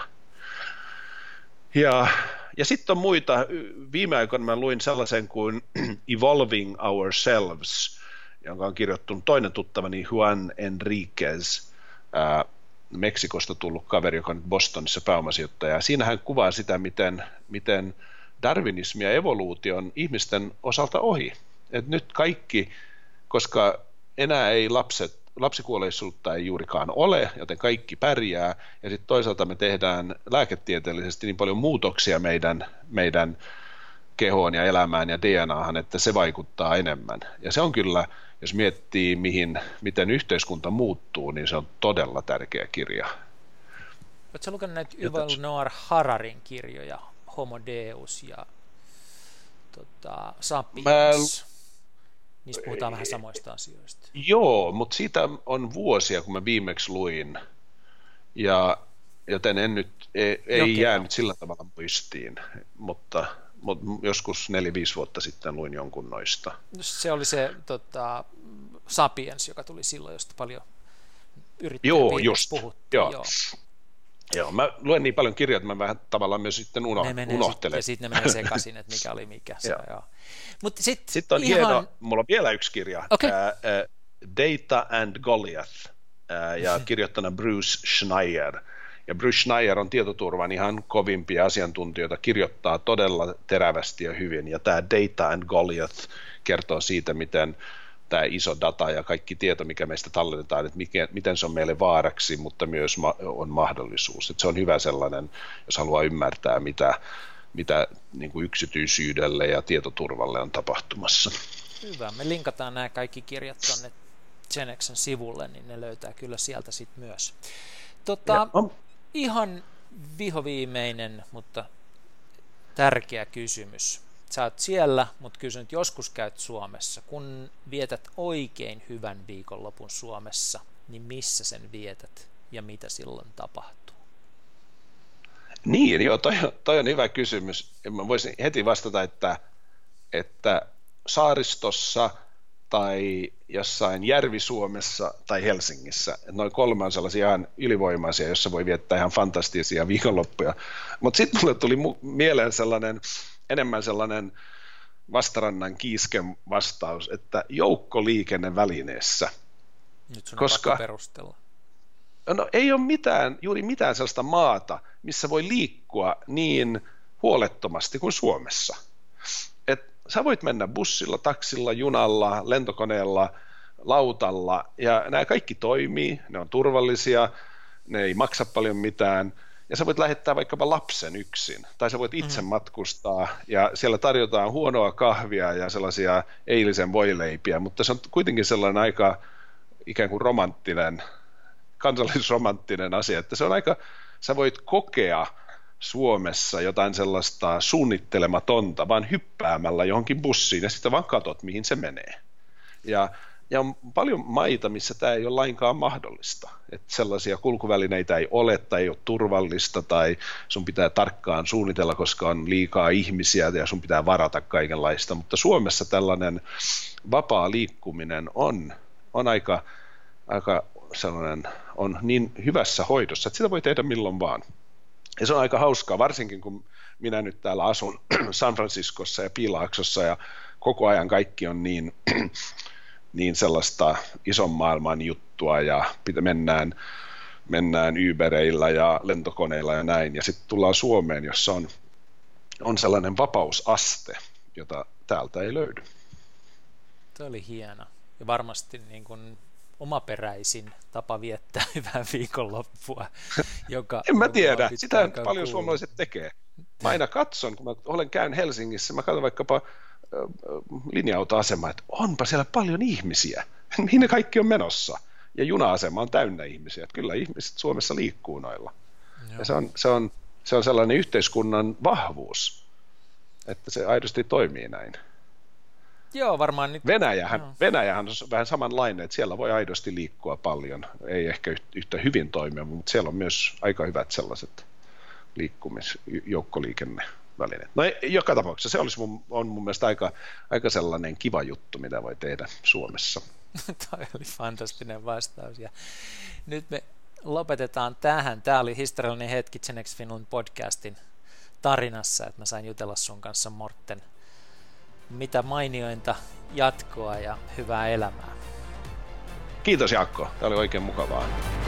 Speaker 1: Ja sitten on muita. Viime aikoina mä luin sellaisen kuin Evolving Ourselves, jonka on kirjoittanut toinen tuttavani Juan Enriquez, Meksikosta tullut kaveri, joka on Bostonissa pääomasijoittaja. Siinä hän kuvaa sitä, miten darwinismi ja evoluutio on ihmisten osalta ohi. Et nyt kaikki, koska enää ei lapsikuolleisuutta ei juurikaan ole, joten kaikki pärjää, ja sitten toisaalta me tehdään lääketieteellisesti niin paljon muutoksia meidän kehoon ja elämään ja DNAhan, että se vaikuttaa enemmän. Ja se on kyllä, jos miettii miten yhteiskunta muuttuu, niin se on todella tärkeä kirja.
Speaker 3: Oletko lukenut näitä Yuval Noah Hararin kirjoja, Homo Deus ja Sapiens? Niissä puhutaan vähän samoista asioista.
Speaker 1: Joo, mutta siitä on vuosia, kun mä viimeksi luin, joten ei jäänyt sillä tavalla muistiin, mutta joskus 4-5 vuotta sitten luin jonkun noista.
Speaker 3: Se oli se Sapiens, joka tuli silloin, josta paljon
Speaker 1: yrittäjät
Speaker 3: puhuttiin.
Speaker 1: Joo, mä luen niin paljon kirjoja, että mä vähän tavallaan myös sitten unohtelen.
Speaker 3: Ja sitten ne menee sekaisin, että mikä oli mikä. Mutta
Speaker 1: sitten on hieno, mulla on vielä yksi kirja, Data and Goliath, ja kirjoittana Bruce Schneier. Ja Bruce Schneier on tietoturvan ihan kovimpia asiantuntijoita, kirjoittaa todella terävästi ja hyvin. Ja tämä Data and Goliath kertoo siitä, miten tämä iso data ja kaikki tieto, mikä meistä tallennetaan, että miten se on meille vaaraksi, mutta myös on mahdollisuus. Että se on hyvä sellainen, jos haluaa ymmärtää, mitä niin kuin yksityisyydelle ja tietoturvalle on tapahtumassa.
Speaker 3: Hyvä. Me linkataan nämä kaikki kirjat tuonne Genexen sivulle, niin ne löytää kyllä sieltä sitten myös. Ihan vihoviimeinen, mutta tärkeä kysymys. Sä oot siellä, mutta kysyn, joskus käyt Suomessa. Kun vietät oikein hyvän viikonlopun Suomessa, niin missä sen vietät ja mitä silloin tapahtuu?
Speaker 1: Niin, joo, toi on hyvä kysymys. Mä voisin heti vastata, että saaristossa tai jossain Järvi-Suomessa tai Helsingissä. Noin 3 on sellaisia ihan ylivoimaisia, jossa voi viettää ihan fantastisia viikonloppuja. Mutta sitten mulle tuli mieleen enemmän sellainen vastarannan kiisken vastaus, että joukkoliikennevälineessä.
Speaker 3: Nyt sun on pakko perustella.
Speaker 1: No ei ole juuri mitään sellaista maata, missä voi liikkua niin huolettomasti kuin Suomessa. Sä voit mennä bussilla, taksilla, junalla, lentokoneella, lautalla, ja nämä kaikki toimii, ne on turvallisia, ne ei maksa paljon mitään, ja sä voit lähettää vaikkapa lapsen yksin, tai sä voit itse matkustaa, ja siellä tarjotaan huonoa kahvia ja sellaisia eilisen voileipiä, mutta se on kuitenkin sellainen aika ikään kuin kansallisromanttinen asia, että se on sä voit kokea Suomessa jotain sellaista suunnittelematonta, vaan hyppäämällä johonkin bussiin ja sitten vaan katot, mihin se menee. Ja on paljon maita, missä tämä ei ole lainkaan mahdollista. Että sellaisia kulkuvälineitä ei ole tai ei ole turvallista tai sun pitää tarkkaan suunnitella, koska on liikaa ihmisiä ja sun pitää varata kaikenlaista. Mutta Suomessa tällainen vapaa liikkuminen on aika sellainen, on niin hyvässä hoidossa, että sitä voi tehdä milloin vaan. Ja se on aika hauskaa, varsinkin kun minä nyt täällä asun San Franciscossa ja Piilaaksossa ja koko ajan kaikki on niin niin sellaista ison maailman juttua ja mennään Ubereilla ja lentokoneilla ja näin, ja sitten tullaan Suomeen, jossa on sellainen vapausaste, jota täältä ei löydy.
Speaker 3: Tuo oli hieno. Ja varmasti niin kuin omaperäisin tapa viettää hyvää viikonloppua.
Speaker 1: En mä tiedä, sitä paljon suomalaiset tekee. Mä aina katson, kun mä käyn Helsingissä, mä katson vaikkapa linja-autoasemaa, että onpa siellä paljon ihmisiä. Mihin ne kaikki on menossa? Ja juna-asema on täynnä ihmisiä. Että kyllä ihmiset Suomessa liikkuu noilla. Joo. Ja se on sellainen yhteiskunnan vahvuus, että se aidosti toimii näin.
Speaker 3: Joo, varmaan nyt.
Speaker 1: Venäjähän on vähän samanlainen, että siellä voi aidosti liikkua paljon. Ei ehkä yhtä hyvin toimia, mutta siellä on myös aika hyvät sellaiset joukkoliikennevälineet. No joka tapauksessa se on mun mielestä aika sellainen kiva juttu, mitä voi tehdä Suomessa.
Speaker 3: Toi oli fantastinen vastaus. Ja nyt me lopetetaan tähän. Tämä oli historiallinen hetki Gen X Finland podcastin tarinassa, että mä sain jutella sun kanssa, Morten. Mitä mainiointa jatkoa ja hyvää elämää.
Speaker 1: Kiitos Jaakko, tämä oli oikein mukavaa.